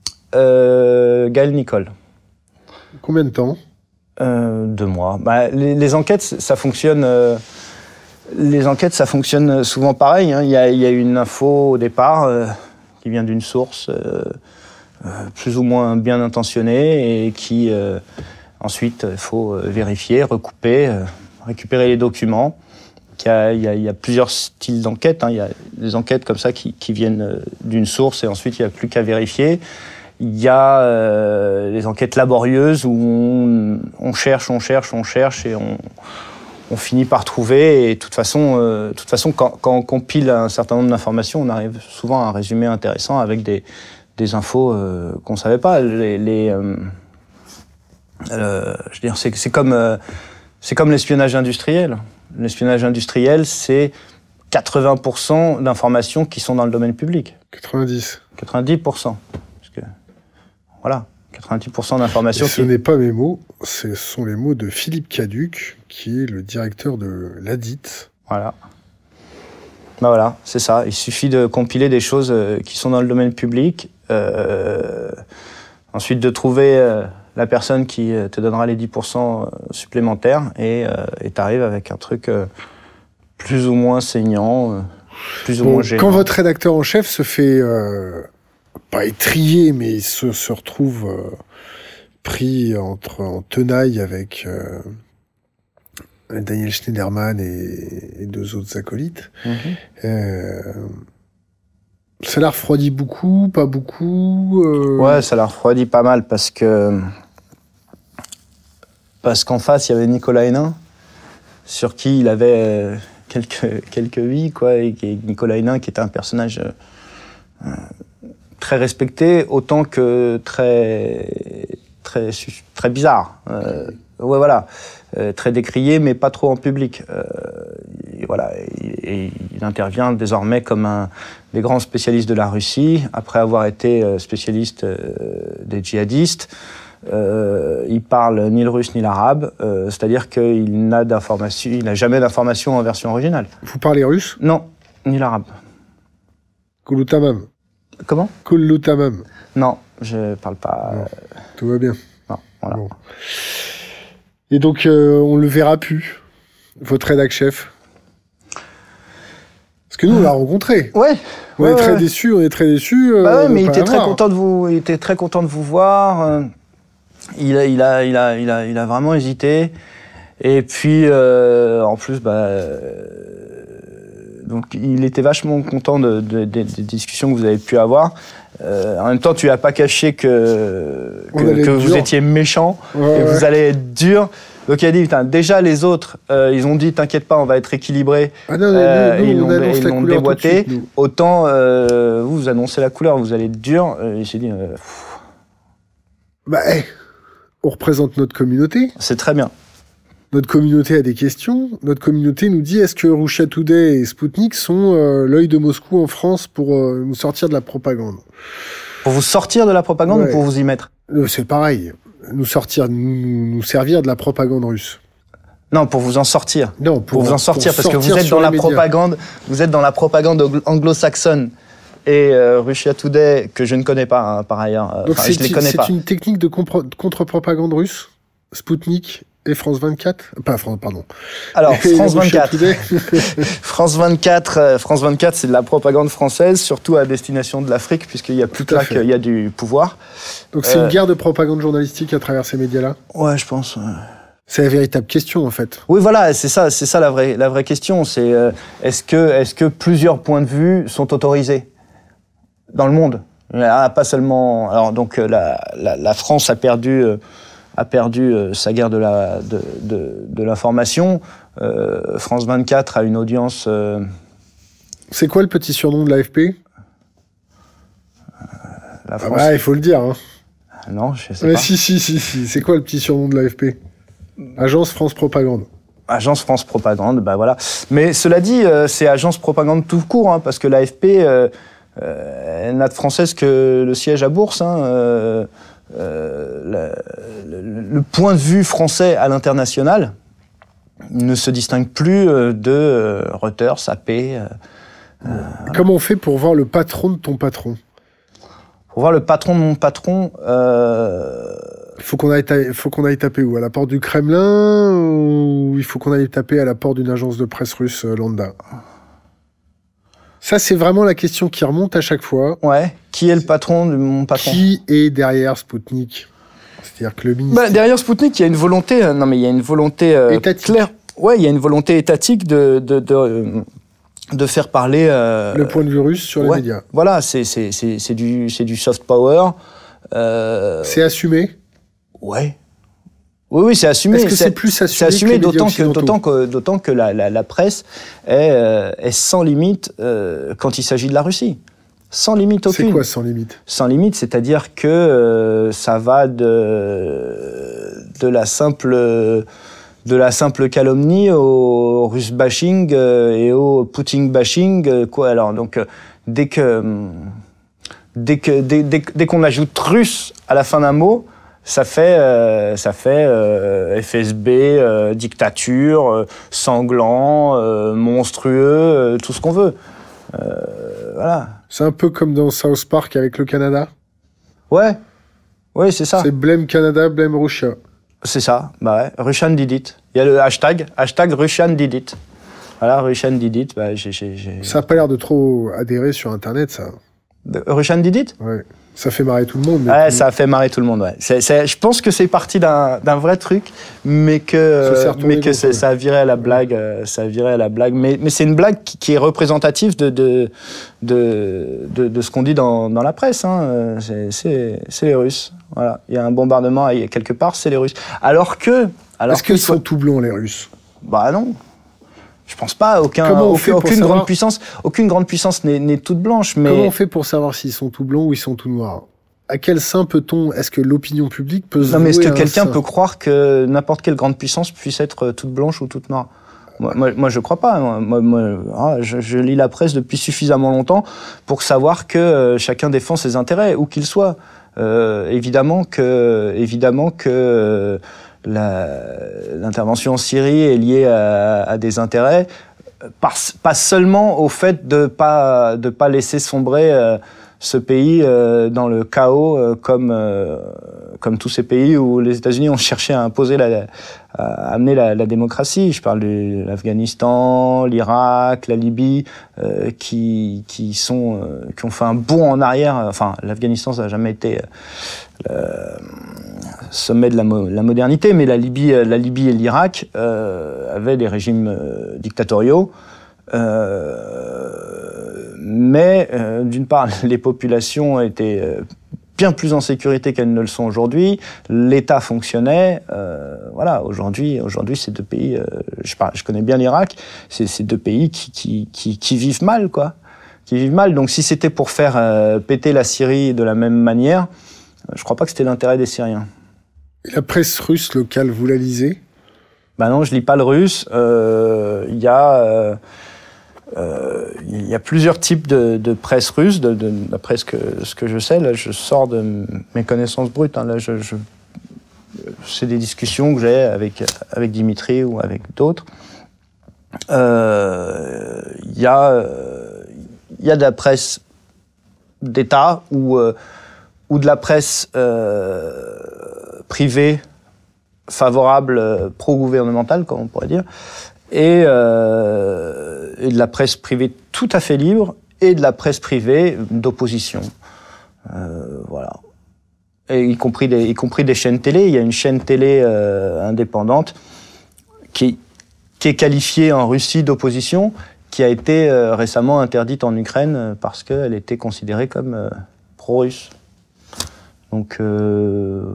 euh, Gaël Nicole. Combien de temps ? euh, Deux mois. Bah, les, les enquêtes, ça fonctionne... Euh, Les enquêtes, ça fonctionne souvent pareil. Hein. Il y a, il y a une info au départ euh, qui vient d'une source euh, euh, plus ou moins bien intentionnée et qui, euh, ensuite, il faut vérifier, recouper, euh, récupérer les documents. Il y a, il y a, il y a plusieurs styles d'enquête. Hein. Il y a des enquêtes comme ça qui, qui viennent d'une source et ensuite, il n'y a plus qu'à vérifier. Il y a euh, les enquêtes laborieuses où on, on cherche, on cherche, on cherche et on... on finit par trouver, et de toute façon, euh, de toute façon quand, quand on compile un certain nombre d'informations, on arrive souvent à un résumé intéressant avec des, des infos euh, qu'on ne savait pas. Les, les, euh, euh, je veux dire, c'est, c'est, comme, euh, c'est comme l'espionnage industriel. L'espionnage industriel, c'est quatre-vingts pour cent d'informations qui sont dans le domaine public. quatre-vingt-dix. quatre-vingt-dix pour cent. Parce que, voilà. quatre-vingt-dix pour cent d'informations. Et ce qui... n'est pas mes mots, ce sont les mots de Philippe Caduc, qui est le directeur de l'A D I T. Voilà. Ben voilà, c'est ça. Il suffit de compiler des choses qui sont dans le domaine public, euh, ensuite de trouver euh, la personne qui te donnera les dix pour cent supplémentaires, et euh, tu arrives avec un truc euh, plus ou moins saignant, euh, plus ou bon, moins gênant. Quand votre rédacteur en chef se fait... Euh... pas étrié, mais il se, se retrouve euh, pris entre, en tenaille avec euh, Daniel Schneiderman et, et deux autres acolytes. Mm-hmm. Euh, ça la refroidit beaucoup, pas beaucoup euh... Ouais, ça la refroidit pas mal parce que parce qu'en face, il y avait Nicolas Hénin, sur qui il avait euh, quelques, quelques vies, quoi, et, et Nicolas Hénin qui était un personnage... Euh, très respecté, autant que très, très, très bizarre. Euh, ouais, voilà. Euh, très décrié, mais pas trop en public. Euh, et voilà. Et, et il intervient désormais comme un des grands spécialistes de la Russie, après avoir été spécialiste euh, des djihadistes. Euh, il parle ni le russe ni l'arabe, euh, c'est-à-dire qu'il n'a d'information, il n'a jamais d'information en version originale. Vous parlez russe ? Non, ni l'arabe. Kouloutamam. Comment ? Kouloutamam. Non, je parle pas. Non, tout va bien. Non, voilà. Bon. Et donc, euh, on le verra plus, votre rédac chef. Parce que nous, on l'a rencontré. Ouais. On ouais, est ouais, très ouais. déçus, on est très déçus. Euh, bah ouais, mais il était l'avoir. très content de vous. Il était très content de vous voir. Il a, il a, il a, il a, il a vraiment hésité. Et puis, euh, en plus, bah. Euh, Donc, il était vachement content de, de, de, des discussions que vous avez pu avoir. Euh, en même temps, tu n'as pas caché que, que, que vous étiez méchant ouais, et que ouais. vous allez être dur. Donc, il a dit, putain, déjà, les autres, euh, ils ont dit, t'inquiète pas, on va être équilibré. Ah non, euh, nous, nous, ils on l'ont, annonce ils la l'ont couleur déboîté. tout de suite, nous. Autant, euh, vous, vous annoncez la couleur, vous allez être dur. Euh, il s'est dit, euh, bah, hey, on représente notre communauté. C'est très bien. Notre communauté a des questions. Notre communauté nous dit, est-ce que Russia Today et Sputnik sont euh, l'œil de Moscou en France pour euh, nous sortir de la propagande ? Pour vous sortir de la propagande ouais. ou pour vous y mettre ? euh, C'est pareil. Nous sortir, nous, nous servir de la propagande russe. Non, pour vous en sortir. Non, pour, pour vous en sortir, parce sortir que vous êtes dans la médias. propagande, vous êtes dans la propagande anglo-saxonne. Et euh, Russia Today, que je ne connais pas, hein, par ailleurs. Donc enfin, c'est, je les connais c'est pas. une technique de compro- contre-propagande russe, Sputnik et France vingt-quatre, pas France, pardon. Alors et France vingt-quatre. Today. France vingt-quatre, euh, France vingt-quatre, c'est de la propagande française, surtout à destination de l'Afrique, puisqu'il y a plus que là qu'il y a du pouvoir. Donc c'est euh, une guerre de propagande journalistique à travers ces médias-là. Ouais, je pense. Ouais. C'est la véritable question, en fait. Oui, voilà, c'est ça, c'est ça la vraie, la vraie question. C'est euh, est-ce que, est-ce que plusieurs points de vue sont autorisés dans le monde ? Alors, pas seulement. Alors donc la, la, la France a perdu, euh, a perdu euh, sa guerre de la de, de, de l'information. Euh, France vingt-quatre a une audience. Euh... C'est quoi le petit surnom de l'A F P? euh, la France... Ah bah, il faut le dire. Hein. Non, je sais Mais pas. si, si, si, si. C'est quoi le petit surnom de l'A F P? Agence France Propagande. Agence France Propagande, bah voilà. Mais cela dit, euh, c'est Agence Propagande tout court, hein, parce que l'A F P, euh, euh, elle n'a de française que le siège à Bourse. Hein, euh, euh, le, le, le point de vue français à l'international ne se distingue plus euh, de euh, Reuters, A P. Euh, euh, Comment on fait pour voir le patron de ton patron? Pour voir le patron de mon patron... Euh, Il faut qu'on aille, ta... faut qu'on aille taper où? À la porte du Kremlin ou il faut qu'on aille taper à la porte d'une agence de presse russe euh, lambda? Ça, c'est vraiment la question qui remonte à chaque fois. Ouais. Qui est le patron de mon patron? Qui est derrière Spoutnik? C'est-à-dire que le ministère... Bah, derrière Spoutnik, il y a une volonté... Euh, non, mais il y a une volonté euh, étatique. Claire. Ouais, il y a une volonté étatique de... de, de euh, de faire parler... Euh, le point de vue russe sur ouais, les médias. Voilà, c'est, c'est, c'est, c'est, du, c'est du soft power. Euh... C'est assumé? Ouais. Oui, oui, c'est assumé. Est-ce que c'est, c'est plus assumé, c'est assumé que les d'autant, que, occidentaux d'autant que, d'autant que la, la, la presse est, euh, est sans limite euh, quand il s'agit de la Russie. Sans limite aucune. C'est quoi sans limite? Sans limite, c'est-à-dire que euh, ça va de, de la simple... de la simple calomnie au russe bashing euh, et au Poutine bashing, euh, quoi. Alors donc euh, dès que dès que dès, dès, dès qu'on ajoute russe à la fin d'un mot, ça fait euh, ça fait euh, F S B, euh, dictature, euh, sanglant, euh, monstrueux, euh, tout ce qu'on veut. Euh, voilà. C'est un peu comme dans South Park avec le Canada. Ouais, ouais, c'est ça. C'est blame Canada, blame Russia. C'est ça, bah ouais. Russian did it. Il y a le hashtag, hashtag Russian did it. Voilà, Russian did it. Bah, j'ai, j'ai, j'ai... Ça a pas l'air de trop adhérer sur Internet, ça. De Russian did it? Ouais. Ça fait marrer tout le monde. Mais ouais, tout... ça a fait marrer tout le monde, ouais. C'est, c'est, je pense que c'est parti d'un, d'un vrai truc, mais que, euh, mais que c'est, ça a viré à la blague. Euh, ça a viré à la blague. Mais, mais c'est une blague qui, qui est représentative de, de, de, de, de ce qu'on dit dans, dans la presse. Hein. C'est, c'est, c'est les Russes. Voilà. Il y a un bombardement quelque part, c'est les Russes. Alors que... Alors Est-ce qu'ils soit... sont tout blonds, les Russes? Bah non. Je pense pas. Aucun, aucun, aucune savoir... grande puissance, aucune grande puissance n'est, n'est toute blanche. Mais... Comment on fait pour savoir s'ils sont tout blonds ou ils sont tout noirs? À quel sein peut-on... Est-ce que l'opinion publique peut se Non, mais est-ce que quelqu'un sein? peut croire que n'importe quelle grande puissance puisse être toute blanche ou toute noire? Moi, moi, moi, je crois pas. Moi, moi, je, je lis la presse depuis suffisamment longtemps pour savoir que euh, chacun défend ses intérêts, où qu'il soit. Euh, évidemment que, évidemment que euh, la, l'intervention en Syrie est liée à, à des intérêts, par, pas seulement au fait de pas de pas laisser sombrer euh, ce pays euh, dans le chaos euh, comme euh, comme tous ces pays où les États-Unis ont cherché à imposer la, à amener la, la démocratie. Je parle de l'Afghanistan, l'Irak, la Libye, euh, qui qui sont euh, qui ont fait un bond en arrière. Enfin, l'Afghanistan, ça n'a jamais été euh, sommet de la, mo- la modernité, mais la Libye, la Libye et l'Irak euh, avaient des régimes euh, dictatoriaux. Euh, mais euh, d'une part, les populations étaient euh, bien plus en sécurité qu'elles ne le sont aujourd'hui. L'État fonctionnait. Euh, voilà, aujourd'hui, aujourd'hui, ces deux pays, euh, je, parle, je connais bien l'Irak, c'est ces deux pays qui, qui, qui, qui vivent mal, quoi, qui vivent mal. Donc, si c'était pour faire euh, péter la Syrie de la même manière, je crois pas que c'était l'intérêt des Syriens. Et la presse russe locale, vous la lisez? Ben non, je lis pas le russe. Il euh, y a euh, Euh, il y a plusieurs types de, de presse russe, de, de, d'après ce que, ce que je sais. Là, je sors de mes connaissances brutes. Hein. Là, je, je, c'est des discussions que j'ai avec, avec Dimitri ou avec d'autres. Euh, il y a, euh, il y a de la presse d'État ou, euh, ou de la presse euh, privée favorable, euh, pro-gouvernementale, comme on pourrait dire. Et, euh, et de la presse privée tout à fait libre et de la presse privée d'opposition. Euh, voilà. Et y compris des, y compris des chaînes télé. Il y a une chaîne télé euh, indépendante qui, qui est qualifiée en Russie d'opposition, qui a été euh, récemment interdite en Ukraine parce qu'elle était considérée comme euh, pro-russe. Donc, euh...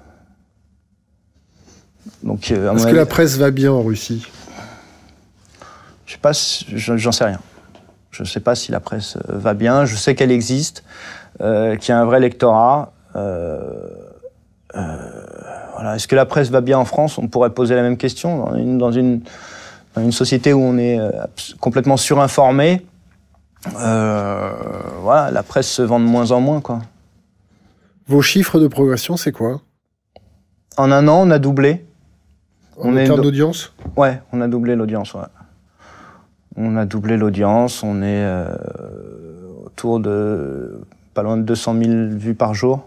donc euh, est-ce que la presse va bien en Russie? Je sais pas, si... j'en sais rien. Je ne sais pas si la presse va bien. Je sais qu'elle existe, euh, qu'il y a un vrai lectorat. Euh... Euh... Voilà. Est-ce que la presse va bien en France? On pourrait poser la même question. Dans une, dans une, dans une société où on est complètement surinformé, euh... voilà, la presse se vend de moins en moins, quoi. Vos chiffres de progression, c'est quoi? En un an, on a doublé. En on termes do... d'audience? Ouais, on a doublé l'audience, ouais. On a doublé l'audience, on est euh, autour de pas loin de deux cent mille vues par jour.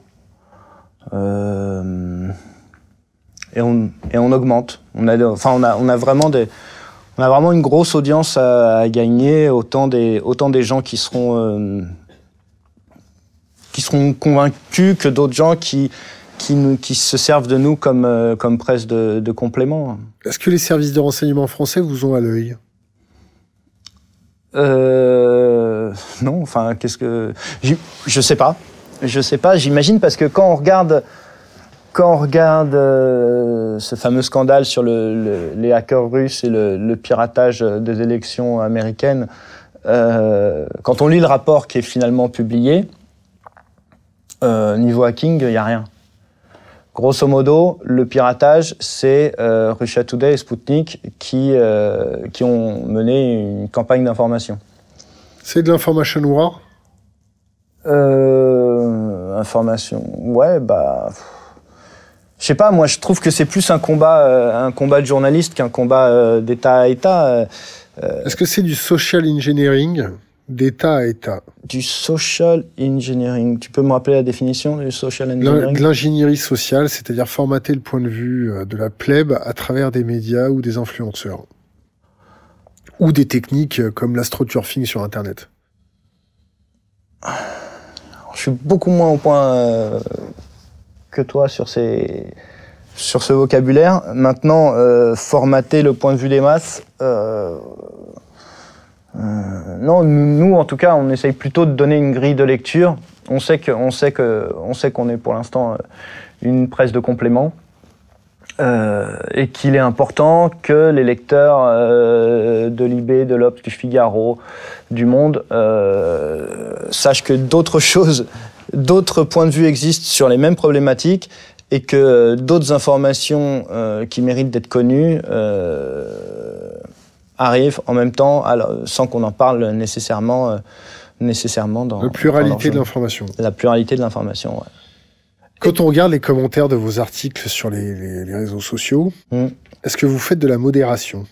Euh, et, on, et on augmente. On a, enfin, on a, on a vraiment des, on a vraiment une grosse audience à, à gagner, autant des, autant des gens qui seront, euh, qui seront convaincus que d'autres gens qui, qui, nous, qui se servent de nous comme, euh, comme presse de, de complément. Est-ce que les services de renseignement français vous ont à l'œil? Euh, non, enfin, qu'est-ce que... Je sais pas. Je sais pas, j'imagine, parce que quand on regarde, quand on regarde euh, ce fameux scandale sur le, le, les hackers russes et le, le piratage des élections américaines, euh, quand on lit le rapport qui est finalement publié, euh, niveau hacking, il n'y a rien. Grosso modo, le piratage, c'est euh, Russia Today et Sputnik qui, euh, qui ont mené une campagne d'information. C'est de l'information war? euh, Information, ouais, bah... Je sais pas, moi je trouve que c'est plus un combat, euh, un combat de journaliste qu'un combat euh, d'État à État. Euh, Est-ce que c'est du social engineering d'État à État? Du social engineering. Tu peux me rappeler la définition du social engineering? De l'ingénierie sociale, c'est-à-dire formater le point de vue de la plèbe à travers des médias ou des influenceurs. Ou des techniques comme l'astroturfing sur Internet. Je suis beaucoup moins au point euh, que toi sur, ces, sur ce vocabulaire. Maintenant, euh, formater le point de vue des masses... Euh, Euh, non, nous, en tout cas, on essaye plutôt de donner une grille de lecture. On sait que, on sait que, on sait qu'on est pour l'instant une presse de complément euh, et qu'il est important que les lecteurs euh, de Libé, de l'Obs, du Figaro, du Monde euh, sachent que d'autres choses, d'autres points de vue existent sur les mêmes problématiques et que d'autres informations euh, qui méritent d'être connues euh, arrive en même temps, alors, sans qu'on en parle nécessairement, euh, nécessairement dans... La pluralité dans de l'information. La pluralité de l'information, ouais. Quand on regarde les commentaires de vos articles sur les, les, les réseaux sociaux, mmh. est-ce que vous faites de la modération?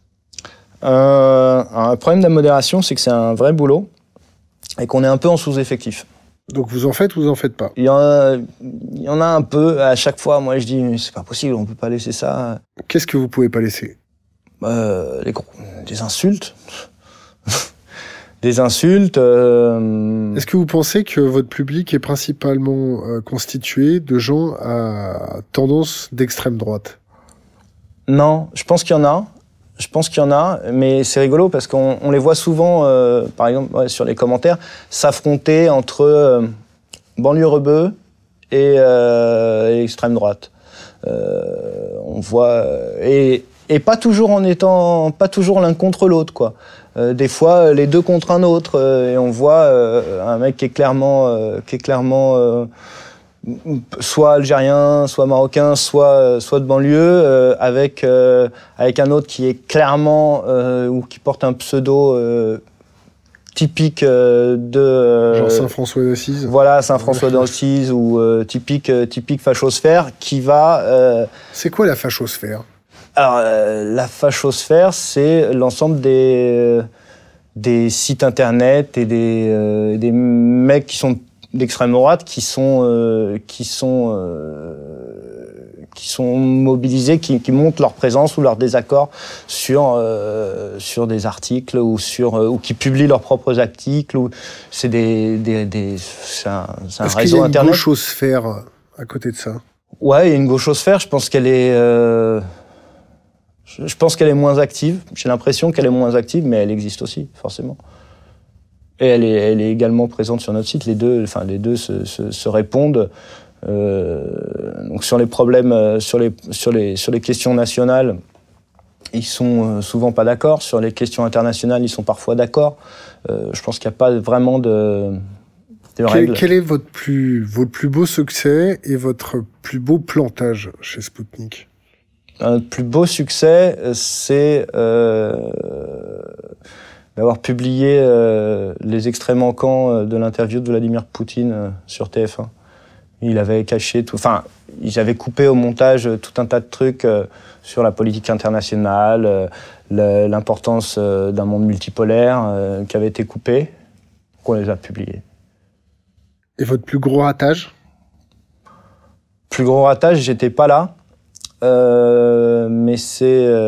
euh, Un problème de la modération, c'est que c'est un vrai boulot et qu'on est un peu en sous-effectif. Donc vous en faites ou vous en faites pas? Il y en a, il y en a un peu. À chaque fois, moi, je dis, c'est pas possible, on peut pas laisser ça. Qu'est-ce que vous pouvez pas laisser? Euh, les gros, des insultes. des insultes. Euh... Est-ce que vous pensez que votre public est principalement euh, constitué de gens à tendance d'extrême droite? Non, je pense qu'il y en a. Je pense qu'il y en a, mais c'est rigolo parce qu'on on les voit souvent, euh, par exemple, ouais, sur les commentaires, s'affronter entre euh, banlieue rebeu et, euh, et extrême droite. Euh, on voit... Et, Et pas toujours en étant, pas toujours l'un contre l'autre, quoi. Euh, des fois, les deux contre un autre, euh, et on voit euh, un mec qui est clairement, euh, qui est clairement euh, soit algérien, soit marocain, soit, soit de banlieue, euh, avec euh, avec un autre qui est clairement euh, ou qui porte un pseudo euh, typique euh, de euh, genre Saint-François d'Assise. Voilà, Saint-François d'Assise ou euh, typique euh, typique fachosphère qui va. Euh, C'est quoi la fachosphère? Alors, euh, la fachosphère, c'est l'ensemble des, euh, des sites internet et des, euh, des mecs qui sont d'extrême droite, qui sont, euh, qui sont, euh, qui sont mobilisés, qui, qui montrent leur présence ou leur désaccord sur, euh, sur des articles ou, sur, euh, ou qui publient leurs propres articles. Ou, c'est des, des, des, c'est un, c'est un Est-ce réseau qu'il y a internet. une gauchosphère à côté de ça? Ouais, il y a une gauchosphère. Je pense qu'elle est... Euh, Je pense qu'elle est moins active. J'ai l'impression qu'elle est moins active, mais elle existe aussi, forcément. Et elle est, elle est également présente sur notre site. Les deux, enfin, les deux se, se, se répondent. Euh, donc sur les problèmes, sur les, sur les, sur les questions nationales, ils sont souvent pas d'accord. Sur les questions internationales, ils sont parfois d'accord. Euh, je pense qu'il n'y a pas vraiment de, de règles. Quel, quel est votre plus, votre plus beau succès et votre plus beau plantage chez Spoutnik ? Un plus beau succès, c'est euh, d'avoir publié euh, les extraits manquants de l'interview de Vladimir Poutine euh, sur T F un. Il avait caché tout, enfin, j'avais coupé au montage tout un tas de trucs euh, sur la politique internationale, euh, le, l'importance euh, d'un monde multipolaire euh, qui avait été coupé, qu'on les a publiés. Et votre plus gros ratage ? Plus gros ratage, j'étais pas là. Euh, mais c'est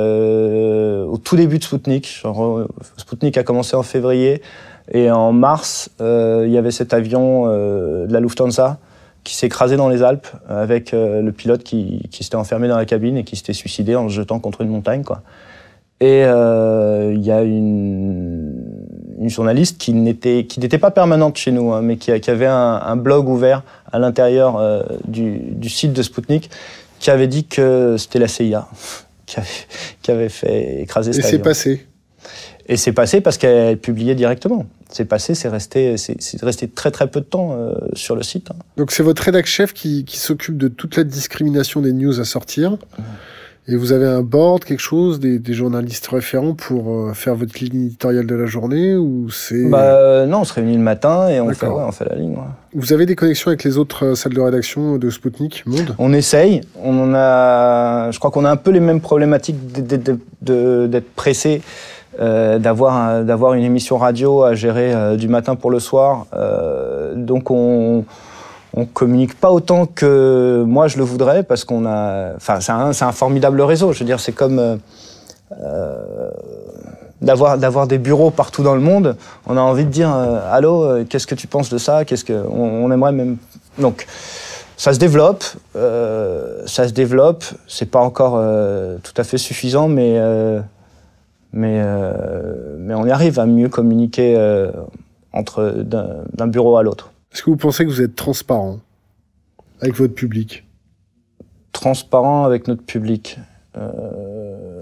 euh, au tout début de Spoutnik. Genre, Spoutnik a commencé en février et en mars, euh, il y avait cet avion euh, de la Lufthansa qui s'est écrasé dans les Alpes avec euh, le pilote qui, qui s'était enfermé dans la cabine et qui s'était suicidé en se jetant contre une montagne, quoi. Et il euh, y a une, une journaliste qui n'était, qui n'était pas permanente chez nous, hein, mais qui, qui avait un, un blog ouvert à l'intérieur euh, du, du site de Spoutnik, qui avait dit que c'était la C I A qui avait, qui avait fait écraser cet avion. Et c'est passé. Et c'est passé parce qu'elle publiait directement. C'est passé, c'est resté, c'est, c'est resté très très peu de temps euh, sur le site. Hein. Donc c'est votre rédac chef qui, qui s'occupe de toute la discrimination des news à sortir. Mmh. Et vous avez un board, quelque chose, des, des journalistes référents pour euh, faire votre ligne éditoriale de la journée, ou c'est... Bah euh, non, on se réunit le matin et on fait, ouais, on fait la ligne. Ouais. Vous avez des connexions avec les autres euh, salles de rédaction de Spoutnik Monde ? On essaye. On en a... Je crois qu'on a un peu les mêmes problématiques d'être, de, de, d'être pressé, euh, d'avoir, d'avoir une émission radio à gérer euh, du matin pour le soir. Euh, donc on... On communique pas autant que moi je le voudrais parce qu'on a, enfin c'est un, c'est un formidable réseau. Je veux dire, c'est comme euh, euh, d'avoir d'avoir des bureaux partout dans le monde. On a envie de dire euh, allô, euh, qu'est-ce que tu penses de ça ? Qu'est-ce que on, on aimerait même. Donc ça se développe, euh, ça se développe. C'est pas encore euh, tout à fait suffisant, mais euh, mais euh, mais on y arrive à mieux communiquer euh, entre d'un, d'un bureau à l'autre. Est-ce que vous pensez que vous êtes transparent avec votre public ? Transparent avec notre public. Euh...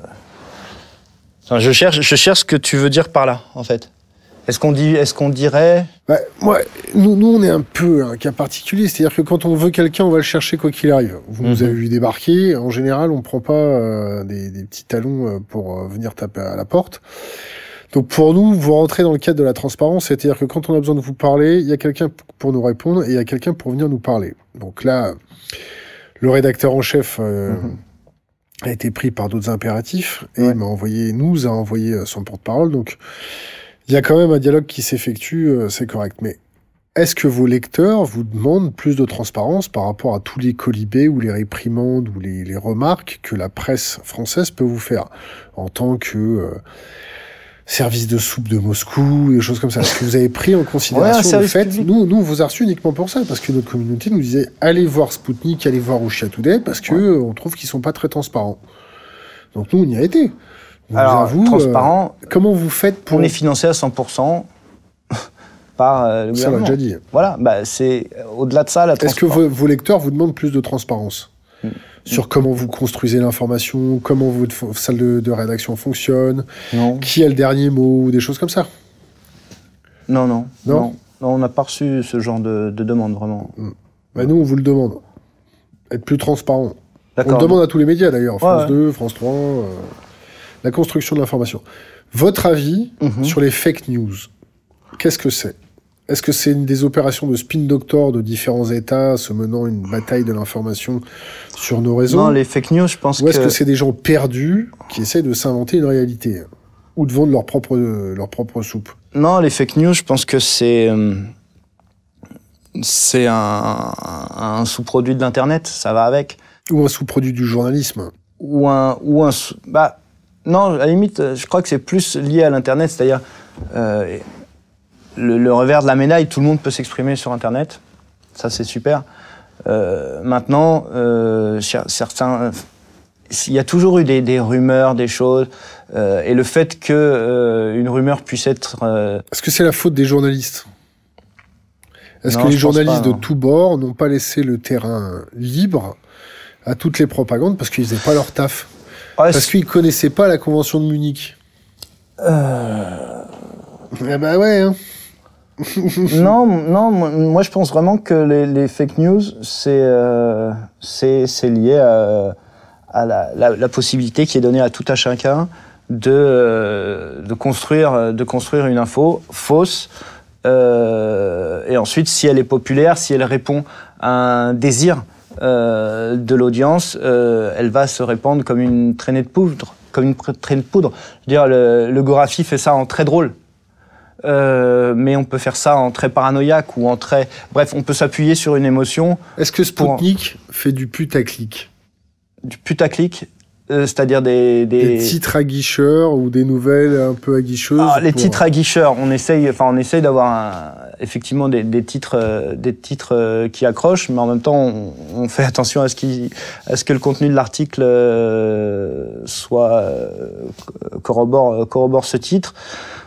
Enfin, je cherche, je cherche ce que tu veux dire par là, en fait. Est-ce qu'on dit, est-ce qu'on dirait bah, moi, nous, nous, on est un peu un cas particulier. C'est-à-dire que quand on veut quelqu'un, on va le chercher quoi qu'il arrive. Vous mm-hmm. nous avez vu débarquer. En général, on prend pas euh, des, des petits talons pour euh, venir taper à la porte. Donc pour nous, vous rentrez dans le cadre de la transparence, c'est-à-dire que quand on a besoin de vous parler, il y a quelqu'un pour nous répondre et il y a quelqu'un pour venir nous parler. Donc là, le rédacteur en chef euh, mmh. a été pris par d'autres impératifs et ouais. il m'a envoyé, nous a envoyé son porte-parole. Donc il y a quand même un dialogue qui s'effectue, euh, c'est correct. Mais est-ce que vos lecteurs vous demandent plus de transparence par rapport à tous les colibés ou les réprimandes ou les, les remarques que la presse française peut vous faire en tant que... Euh, service de soupe de Moscou, des choses comme ça. Est-ce que vous avez pris en considération ouais, le fait, nous, nous, on vous a reçus uniquement pour ça, parce que notre communauté nous disait, allez voir Spoutnik, allez voir Russia Today, parce que ouais. on trouve qu'ils sont pas très transparents. Donc nous, on y a été. On Alors, vous avoue, transparent, euh, comment vous faites pour... On est financé à cent pour cent par euh, le gouvernement. Ça, on l'a déjà dit. Voilà, bah, c'est au-delà de ça, la transparence. Est-ce que vos, vos lecteurs vous demandent plus de transparence hmm. sur comment vous construisez l'information, comment votre f- salle de, de rédaction fonctionne, non. qui a le dernier mot, des choses comme ça ? Non, non. Non, non. non on n'a pas reçu ce genre de, de demande, vraiment. Mmh. Bah nous, on vous le demande. Être plus transparent. D'accord. On le demande à tous les médias, d'ailleurs. France ouais, deux, ouais. France trois. Euh, la construction de l'information. Votre avis mmh. sur les fake news, qu'est-ce que c'est ? Est-ce que c'est une des opérations de spin doctor de différents États se menant une bataille de l'information sur nos réseaux ? Non, les fake news, je pense que... Ou est-ce que... que c'est des gens perdus qui essaient de s'inventer une réalité ? Ou de vendre leur propre, leur propre soupe ? Non, les fake news, je pense que c'est... Euh, c'est un, un sous-produit de l'Internet, ça va avec. Ou un sous-produit du journalisme. Ou un... Ou un bah, non, à la limite, je crois que c'est plus lié à l'Internet, c'est-à-dire... Euh, Le, le revers de la médaille, tout le monde peut s'exprimer sur Internet. Ça, c'est super. Euh, maintenant, euh, certains... il y a toujours eu des, des rumeurs, des choses, euh, et le fait que euh, une rumeur puisse être... Euh... Est-ce que c'est la faute des journalistes ? Est-ce Non, que les je pense journalistes pas, de non. tous bords n'ont pas laissé le terrain libre à toutes les propagandes parce qu'ils faisaient pas leur taf ? Ouais, Parce qu'ils connaissaient pas la convention de Munich. Euh... Eh ben ouais, hein. non, non, moi je pense vraiment que les, les fake news, c'est euh, c'est c'est lié à, à la, la, la possibilité qui est donnée à tout à chacun de euh, de construire de construire une info fausse euh, et ensuite si elle est populaire, si elle répond à un désir euh, de l'audience, euh, elle va se répandre comme une traînée de poudre, comme une traînée de poudre. Je veux dire, le, le Gorafi fait ça en très drôle. Euh, mais on peut faire ça en très paranoïaque ou en très... Bref, on peut s'appuyer sur une émotion. Est-ce que Spoutnik pour... fait du putaclic ? Du putaclic, euh, c'est-à-dire des, des... Des titres aguicheurs ou des nouvelles un peu aguicheuses. Ah, les pour... titres aguicheurs, on essaye, enfin, on essaye d'avoir un, effectivement des, des titres, euh, des titres euh, qui accrochent, mais en même temps, on, on fait attention à ce, qui, à ce que le contenu de l'article euh, soit euh, corrobore, corrobore ce titre.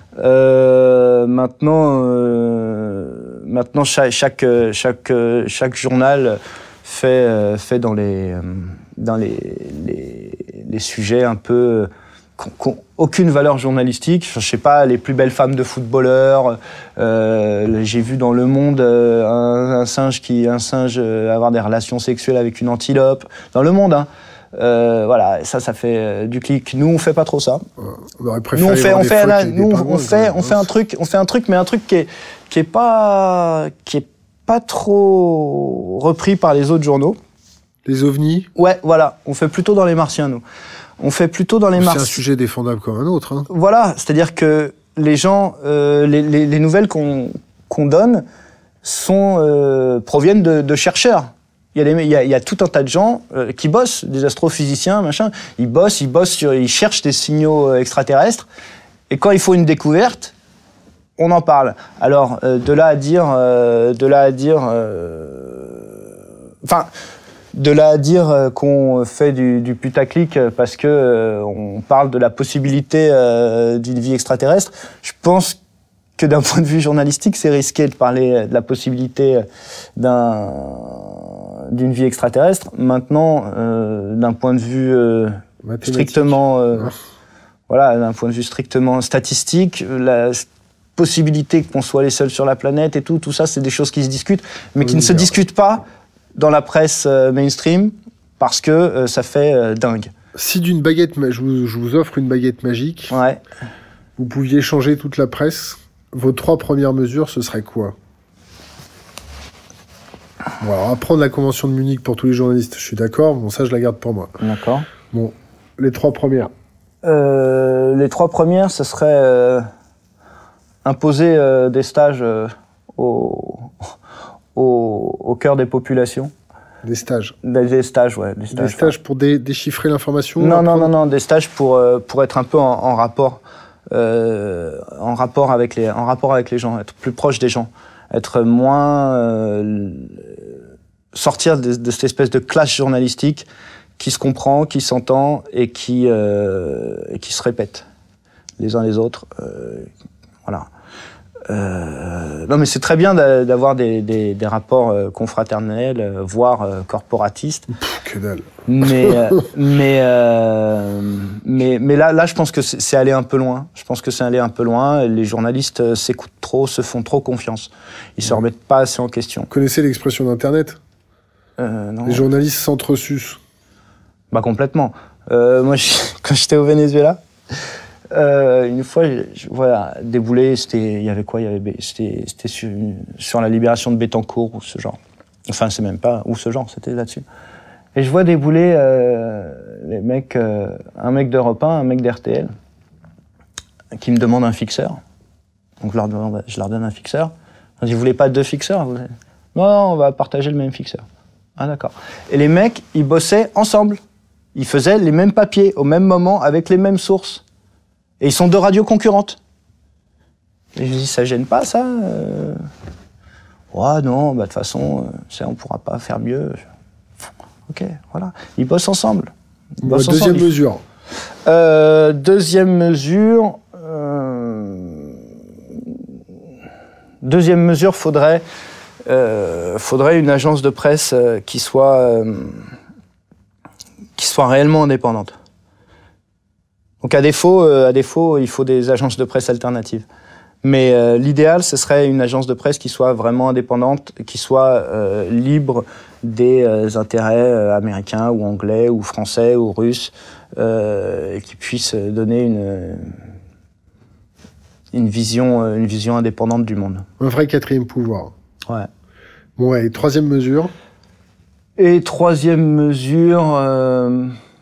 Euh, maintenant, euh, maintenant chaque, chaque, chaque, chaque journal fait, fait dans les, dans les, les, les sujets un peu qui n'ont aucune valeur journalistique. Je sais pas, les plus belles femmes de footballeurs. Euh, j'ai vu dans Le Monde un, un singe qui, un singe avoir des relations sexuelles avec une antilope. Dans Le Monde, hein. Euh, voilà, ça, ça fait euh, du clic. Nous, on fait pas trop ça. Euh, on aurait préféré nous, on fait, on fait, un, nous, on, on fait, on fait un truc, on fait un truc, mais un truc qui est, qui est pas, qui est pas trop repris par les autres journaux. Les ovnis. Ouais, voilà. On fait plutôt dans les martiens, nous. On fait plutôt dans les martiens. C'est un sujet défendable comme un autre. Hein. Voilà, c'est-à-dire que les gens, euh, les, les, les nouvelles qu'on, qu'on donne sont euh, proviennent de, de chercheurs. Il y, a des, il, y a, il y a tout un tas de gens euh, qui bossent, des astrophysiciens, machin. Ils bossent, ils bossent, sur, ils cherchent des signaux extraterrestres. Et quand il faut une découverte, on en parle. Alors, euh, de là à dire, euh, de là à dire, enfin, euh, de là à dire euh, qu'on fait du, du putaclic parce que euh, on parle de la possibilité euh, d'une vie extraterrestre, je pense que d'un point de vue journalistique, c'est risqué de parler de la possibilité d'un d'une vie extraterrestre. Maintenant, euh, d'un point de vue euh, strictement, euh, voilà, d'un point de vue strictement statistique, la possibilité qu'on soit les seuls sur la planète et tout, tout ça, c'est des choses qui se discutent, mais qui oui, ne se discutent pas dans la presse euh, mainstream parce que euh, ça fait euh, dingue. Si d'une baguette, je vous, je vous offre une baguette magique, ouais. Vous pouviez changer toute la presse, vos trois premières mesures, ce serait quoi ? Bon, alors, apprendre la convention de Munich pour tous les journalistes, je suis d'accord. Bon, ça, je la garde pour moi. D'accord. Bon, les trois premières. Euh, les trois premières, ce serait euh, imposer euh, des stages euh, au, au, au cœur des populations. Des stages. Des, des stages, ouais. Des stages, des stages pour dé, déchiffrer l'information. Non, non, non, non, des stages pour euh, pour être un peu en, en rapport, euh, en rapport avec les, en rapport avec les gens, être plus proche des gens. Être moins... Euh, sortir de, de cette espèce de clash journalistique qui se comprend, qui s'entend et qui, euh, et qui se répète les uns les autres. Euh, voilà. Euh, non mais c'est très bien d'avoir des, des, des rapports euh, confraternels, voire euh, corporatistes. Pff, que dalle. Mais euh, mais, euh, mais mais là là je pense que c'est allé un peu loin. Je pense que c'est allé un peu loin. Les journalistes euh, s'écoutent trop, se font trop confiance. Ils se remettent pas assez en question. Vous connaissez l'expression d'internet ? euh, non. Les journalistes s'entresucent. Bah complètement. Euh, moi je, quand j'étais au Venezuela. Euh, une fois, je, je, voilà, déboulé, c'était, il y avait quoi, il y avait, c'était, c'était sur, sur la libération de Bettencourt ou ce genre. Enfin, c'est même pas ou ce genre, c'était là-dessus. Et je vois débouler euh, les mecs, euh, un mec d'Europe un, un mec d'R T L, qui me demande un fixeur. Donc je leur demande, je leur donne un fixeur. Je dis, vous voulez pas deux fixeurs ? Vous non, non, on va partager le même fixeur. Ah d'accord. Et les mecs, ils bossaient ensemble. Ils faisaient les mêmes papiers au même moment avec les mêmes sources. Et ils sont deux radios concurrentes. Et je dis, ça gêne pas, ça euh... Ouais, non, bah de toute façon, euh, on pourra pas faire mieux. Ok, voilà. Ils bossent ensemble. Bon, deuxième mesure. Euh, deuxième mesure. Euh, deuxième mesure, faudrait, euh, faudrait une agence de presse euh, qui soit, euh, qui soit réellement indépendante. Donc à défaut, euh, à défaut, il faut des agences de presse alternatives. Mais euh, l'idéal, ce serait une agence de presse qui soit vraiment indépendante, qui soit euh, libre des euh, intérêts euh, américains ou anglais ou français ou russes, euh, et qui puisse donner une, une, vision, une vision indépendante du monde. Un vrai quatrième pouvoir. Ouais. Bon, ouais, et troisième mesure. Et troisième mesure... Euh,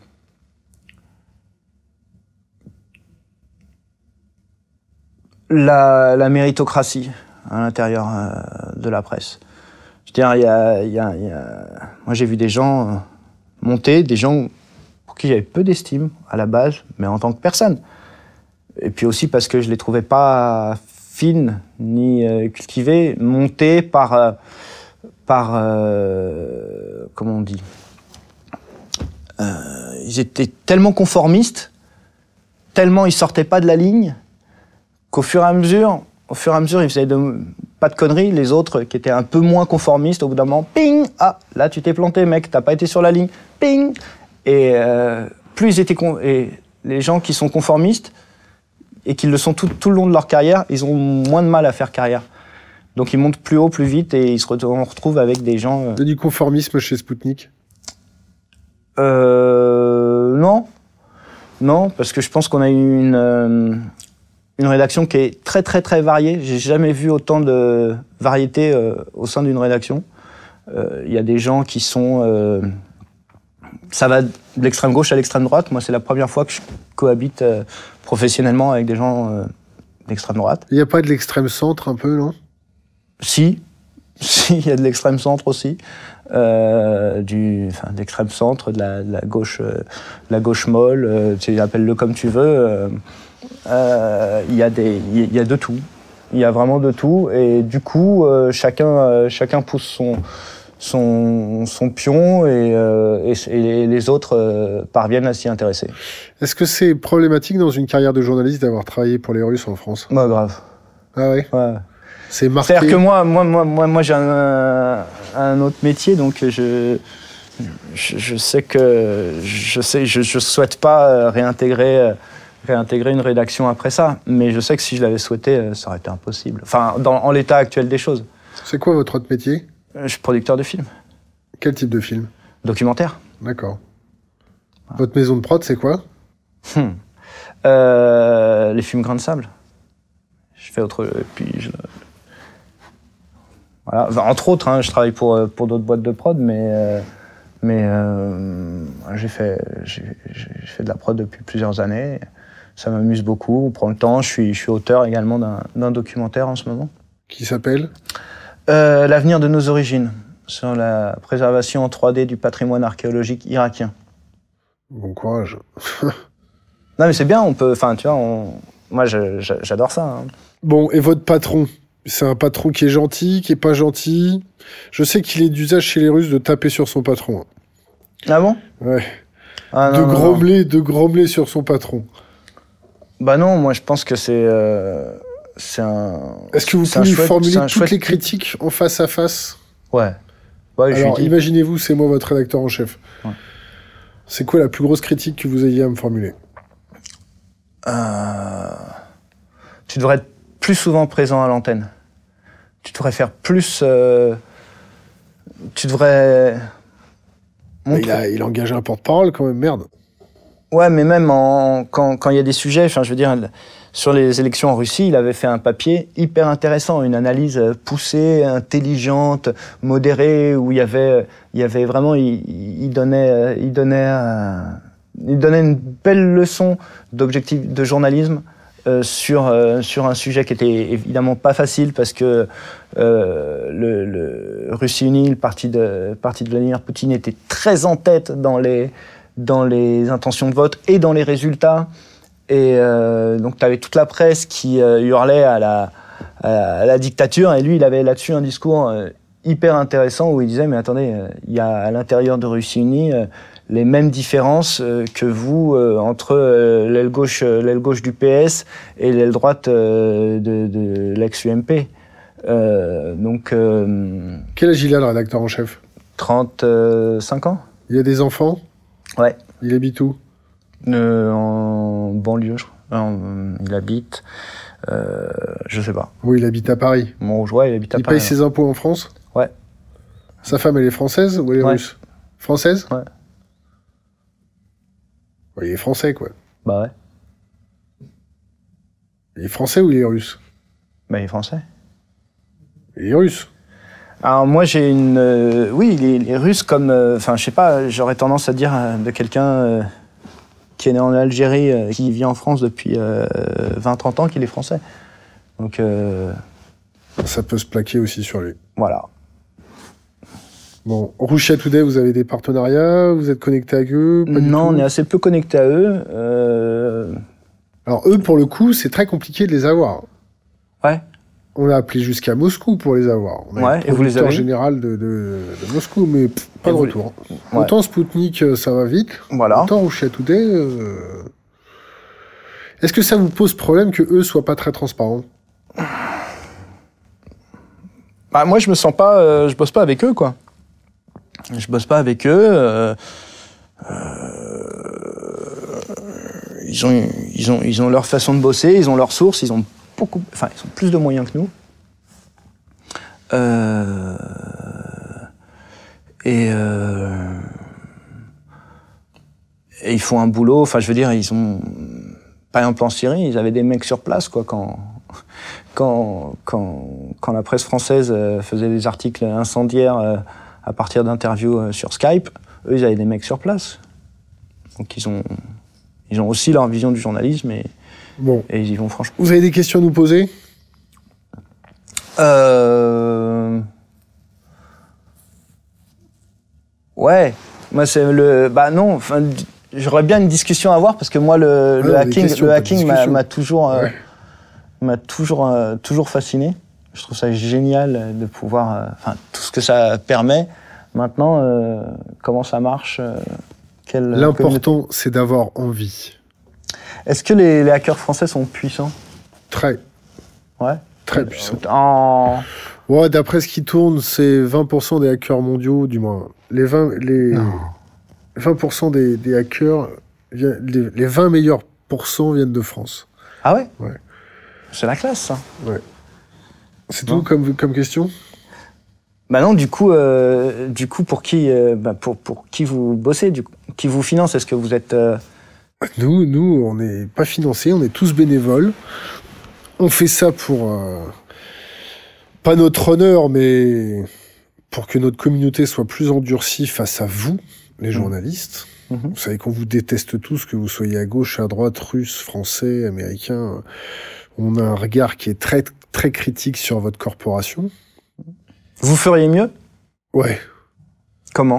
La, la méritocratie à l'intérieur euh, de la presse. Je veux dire, il y a, il y a, il y a... moi j'ai vu des gens euh, monter, des gens pour qui j'avais peu d'estime à la base, mais en tant que personne. Et puis aussi parce que je les trouvais pas fines ni euh, cultivées, monter par, euh, par euh, comment on dit, euh, ils étaient tellement conformistes, tellement ils sortaient pas de la ligne, qu'au fur et à mesure, au fur et à mesure, ils faisaient de, pas de conneries. Les autres, qui étaient un peu moins conformistes, au bout d'un moment, ping, ah, là tu t'es planté, mec, t'as pas été sur la ligne, ping. Et euh, plus ils étaient, con- et les gens qui sont conformistes et qui le sont tout, tout le long de leur carrière, ils ont moins de mal à faire carrière. Donc ils montent plus haut, plus vite, et ils se re- on retrouve avec des gens. Euh, Il y a du conformisme chez Spoutnik. euh, non, non, parce que je pense qu'on a eu une. Euh, Une rédaction qui est très très très variée. J'ai jamais vu autant de variété euh, au sein d'une rédaction. Il euh, y a des gens qui sont... Euh, ça va de l'extrême gauche à l'extrême droite. Moi, c'est la première fois que je cohabite euh, professionnellement avec des gens euh, d'extrême droite. Il n'y a pas de l'extrême centre un peu, non? Si, si, il y a de l'extrême centre aussi. Euh, du, enfin, de l'extrême centre, de la, de la gauche, euh, de la gauche molle, euh, tu appelles-le comme tu veux. Euh, Il euh, y, y, y a de tout. Il y a vraiment de tout. Et du coup, euh, chacun, euh, chacun pousse son, son, son pion et, euh, et, et les autres euh, parviennent à s'y intéresser. Est-ce que c'est problématique dans une carrière de journaliste d'avoir travaillé pour les Russes en France? Bah, grave. Ah ouais, ouais. C'est marqué. C'est-à-dire que moi, moi, moi, moi, moi j'ai un, un autre métier, donc je, je, je sais que je sais, je, je souhaite pas réintégrer. réintégrer une rédaction après ça. Mais je sais que si je l'avais souhaité, ça aurait été impossible. Enfin, dans, en l'état actuel des choses. C'est quoi votre autre métier? Je suis producteur de films. Quel type de film? Documentaire. D'accord. Ah. Votre maison de prod, c'est quoi? hum. euh, Les films Grains de Sable. Je fais autre... Puis je... Voilà. Enfin, entre autres, hein, je travaille pour, pour d'autres boîtes de prod, mais... Euh, mais euh, j'ai fait, j'ai, j'ai fait de la prod depuis plusieurs années. Ça m'amuse beaucoup, on prend le temps. Je suis, je suis auteur également d'un, d'un documentaire en ce moment. Qui s'appelle euh, L'avenir de nos origines, sur la préservation en trois D du patrimoine archéologique irakien. Bon courage. Non mais c'est bien, on peut... Enfin, tu vois, on, moi je, je, j'adore ça. Hein. Bon, et votre patron? C'est un patron qui est gentil, qui est pas gentil? Je sais qu'il est d'usage chez les Russes de taper sur son patron. Ah bon? Ouais. Ah, de non, grommeler, de grommeler sur son patron. Bah non, moi je pense que c'est... Euh, c'est un... Est-ce que vous c'est pouvez chouette, formuler toutes chouette... les critiques en face à face? Ouais. ouais Alors, imaginez-vous, c'est moi votre rédacteur en chef. Ouais. C'est quoi la plus grosse critique que vous ayez à me formuler? euh... Tu devrais être plus souvent présent à l'antenne. Tu devrais faire plus... Euh... Tu devrais... Il a, il a engagé un porte-parole quand même, merde. Ouais, mais même en, quand il y a des sujets, enfin, je veux dire, sur les élections en Russie, il avait fait un papier hyper intéressant, une analyse poussée, intelligente, modérée, où il y avait, il y avait vraiment, il, il donnait, il donnait, euh, il donnait une belle leçon d'objectif de journalisme euh, sur euh, sur un sujet qui était évidemment pas facile parce que euh, le, le Russie unie, le parti de parti de Vladimir Poutine était très en tête dans les dans les intentions de vote et dans les résultats. Et euh, donc, tu avais toute la presse qui euh, hurlait à la, à la dictature. Et lui, il avait là-dessus un discours euh, hyper intéressant où il disait « Mais attendez, il euh, y a à l'intérieur de Russie unie, euh, les mêmes différences euh, que vous euh, entre euh, l'aile gauche, euh, l'aile gauche du P S et l'aile droite euh, de, de l'ex-U M P. Euh, donc. Euh, Quel âge il a, le rédacteur en chef ? trente-cinq ans. Il a des enfants ? Ouais. Il habite où ? euh, En banlieue, je crois. Non, il habite. Euh, je sais pas. Oui, il habite à Paris. Montjoie, il habite à il Paris. Il paye ses impôts en France ? Ouais. Sa femme, elle est française ou elle est ouais. russe ? Française ? Ouais. Ouais, il est français, quoi. Bah ouais. Il est français ou il est russe ? Bah il est français. Il est russe. Alors moi j'ai une... Euh, oui, il est, il est russe comme... Enfin, euh, je sais pas, j'aurais tendance à dire euh, de quelqu'un euh, qui est né en Algérie, euh, qui vit en France depuis euh, vingt trente ans, qu'il est français. Donc... Euh, ça peut se plaquer aussi sur lui. Voilà. Bon, Russia Today, vous avez des partenariats ? Vous êtes connecté à eux ? Pas du Non, tout. On est assez peu connecté à eux. Euh... Alors eux, pour le coup, c'est très compliqué de les avoir. Ouais. On a appelé jusqu'à Moscou pour les avoir. On a ouais, et vous les avez ? général de, de, de Moscou, mais pff, pas et de retour. Les... Ouais. Autant Spoutnik, ça va vite. Voilà. Autant Russia Today... Euh... Est-ce que ça vous pose problème que eux soient pas très transparents ? Bah, moi, je me sens pas... Euh, je bosse pas avec eux, quoi. Je bosse pas avec eux. Euh, euh, ils ont, ils ont, ils ont leur façon de bosser, ils ont leurs sources, ils ont beaucoup, enfin, ils ont plus de moyens que nous. Euh, et, euh, et ils font un boulot. Enfin, je veux dire, ils ont, par exemple en Syrie, ils avaient des mecs sur place, quoi, quand. Quand, quand, quand la presse française faisait des articles incendiaires à partir d'interviews sur Skype, eux, ils avaient des mecs sur place. Donc ils ont, ils ont aussi leur vision du journalisme et, bon. et ils y vont franchement. Vous avez des questions à nous poser ? Euh... Ouais. Moi, c'est le... Bah non, enfin, j'aurais bien une discussion à avoir parce que moi, le, ah, le hacking, le hacking m'a, m'a toujours... Euh, ouais. m'a toujours, euh, toujours fasciné. Je trouve ça génial de pouvoir... Enfin, euh, tout ce que ça permet. Maintenant, euh, comment ça marche euh, quelle L'important, communauté... c'est d'avoir envie. Est-ce que les, les hackers français sont puissants ? Très. Ouais. Très puissants. En... Ouais, d'après ce qui tourne, c'est vingt pour cent des hackers mondiaux, du moins. Les vingt, les vingt pour cent des, des hackers, les, les vingt meilleurs pourcents viennent de France. Ah ouais ? Ouais. C'est la classe, ça. Ouais. C'est non. tout comme, comme question ? Bah non, du coup, euh, du coup pour, qui, euh, bah pour, pour qui vous bossez, du coup, qui vous finance ? Est-ce que vous êtes... Euh... Nous, nous, on n'est pas financés, on est tous bénévoles. On fait ça pour... Euh, pas notre honneur, mais pour que notre communauté soit plus endurcie face à vous, les journalistes. Mmh. Vous savez qu'on vous déteste tous, que vous soyez à gauche, à droite, russe, français, américain... On a un regard qui est très, très critique sur votre corporation. Vous feriez mieux ? Ouais. Comment ?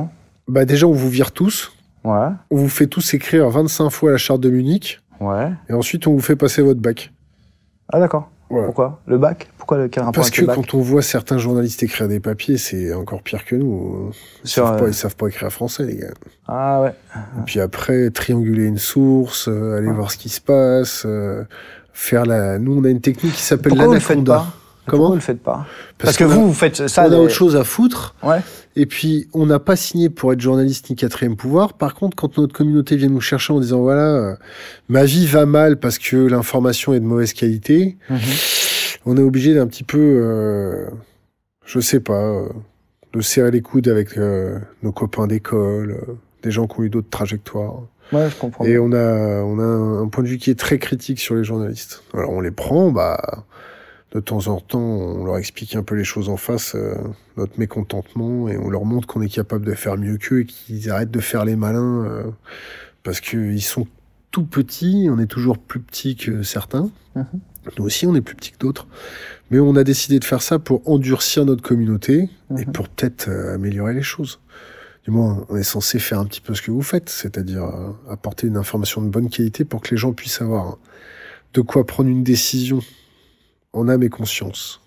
Bah déjà, on vous vire tous. Ouais. On vous fait tous écrire vingt-cinq fois la charte de Munich. Ouais. Et ensuite, on vous fait passer votre bac. Ah d'accord. Ouais. Pourquoi ? Le bac ? Pourquoi le quel rapport Parce avec que le bac ? quand on voit certains journalistes écrire des papiers, c'est encore pire que nous. Ils, Sur, savent, euh... pas, ils savent pas écrire français, les gars. Ah ouais. Et puis après, trianguler une source, euh, aller ouais. voir ce qui se passe... Euh... Faire la... Nous, on a une technique qui s'appelle l'anaconda. Comment vous le faites pas ? Parce, Parce que vous, vous faites ça... On les... a autre chose à foutre. Ouais. Et puis, on n'a pas signé pour être journaliste ni quatrième pouvoir. Par contre, quand notre communauté vient nous chercher en disant, voilà, euh, ma vie va mal parce que l'information est de mauvaise qualité, mm-hmm. on est obligé d'un petit peu, euh, je sais pas, euh, de serrer les coudes avec euh, nos copains d'école, euh, des gens qui ont eu d'autres trajectoires. Ouais, je comprends. Et on a, on a un point de vue qui est très critique sur les journalistes. Alors on les prend, bah, de temps en temps, on leur explique un peu les choses en face, euh, notre mécontentement, et on leur montre qu'on est capable de faire mieux qu'eux et qu'ils arrêtent de faire les malins, euh, parce qu'ils sont tout petits, on est toujours plus petits que certains. Mm-hmm. Nous aussi, on est plus petits que d'autres. Mais on a décidé de faire ça pour endurcir notre communauté mm-hmm. et pour peut-être euh, améliorer les choses. Du moins, on est censé faire un petit peu ce que vous faites, c'est-à-dire euh, apporter une information de bonne qualité pour que les gens puissent avoir hein, de quoi prendre une décision en âme et conscience.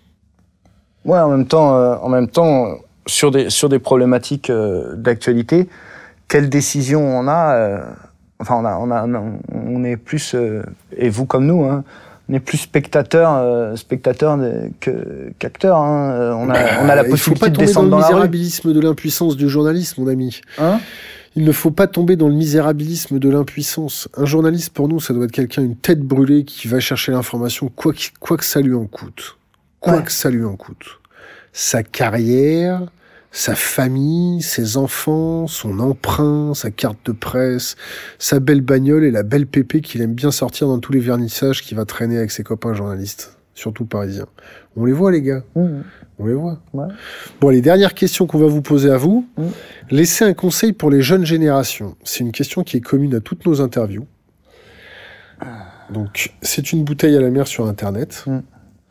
Ouais, en même temps, euh, en même temps, sur des sur des problématiques euh, d'actualité quelle décision on a. Euh, enfin, on, a, on, a, on est plus, euh, et vous comme nous, hein, on est plus spectateur, euh, spectateur de, que, qu'acteur. Hein. On, a, bah, on a la possibilité de descendre dans la rue. Il ne faut pas tomber dans le misérabilisme de l'impuissance du journalisme, mon ami. Hein? Il ne faut pas tomber dans le misérabilisme de l'impuissance. Un journaliste, pour nous, ça doit être quelqu'un, une tête brûlée, qui va chercher l'information, quoi, quoi que ça lui en coûte. Quoi ouais. que ça lui en coûte. Sa carrière, sa famille, ses enfants, son emprunt, sa carte de presse, sa belle bagnole et la belle pépé qu'il aime bien sortir dans tous les vernissages qu'il va traîner avec ses copains journalistes, surtout parisiens. On les voit, les gars. Mmh. On les voit. Ouais. Bon, les dernières questions qu'on va vous poser à vous. Mmh. Laissez un conseil pour les jeunes générations. C'est une question qui est commune à toutes nos interviews. Donc, c'est une bouteille à la mer sur Internet. Mmh.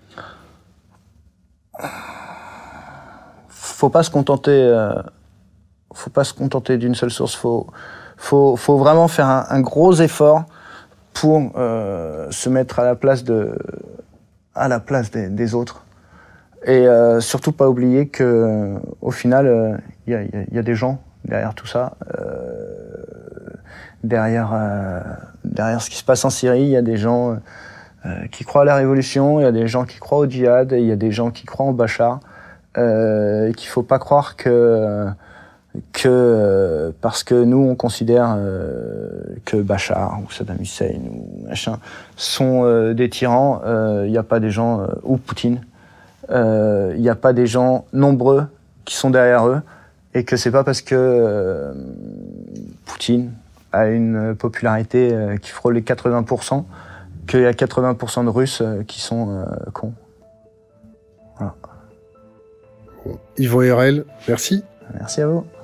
Faut pas se contenter, euh, faut pas se contenter d'une seule source. Faut, faut, faut vraiment faire un, un gros effort pour euh, se mettre à la place de, à la place des, des autres. Et euh, surtout pas oublier que, euh, au final, il euh, y, y, y a des gens derrière tout ça, euh, derrière, euh, derrière ce qui se passe en Syrie. Il y a des gens euh, qui croient à la révolution, il y a des gens qui croient au djihad, il y a des gens qui croient en Bachar. Euh, et qu'il faut pas croire que que euh, parce que nous on considère euh, que Bachar ou Saddam Hussein ou machin sont euh, des tyrans. Il euh, n'y a pas des gens euh, ou Poutine. Il euh, n'y a pas des gens nombreux qui sont derrière eux et que c'est pas parce que euh, Poutine a une popularité euh, qui frôle les quatre-vingts pour cent qu'il y a quatre-vingts pour cent de Russes euh, qui sont euh, cons. Voilà. Yvon Hérel, merci. Merci à vous.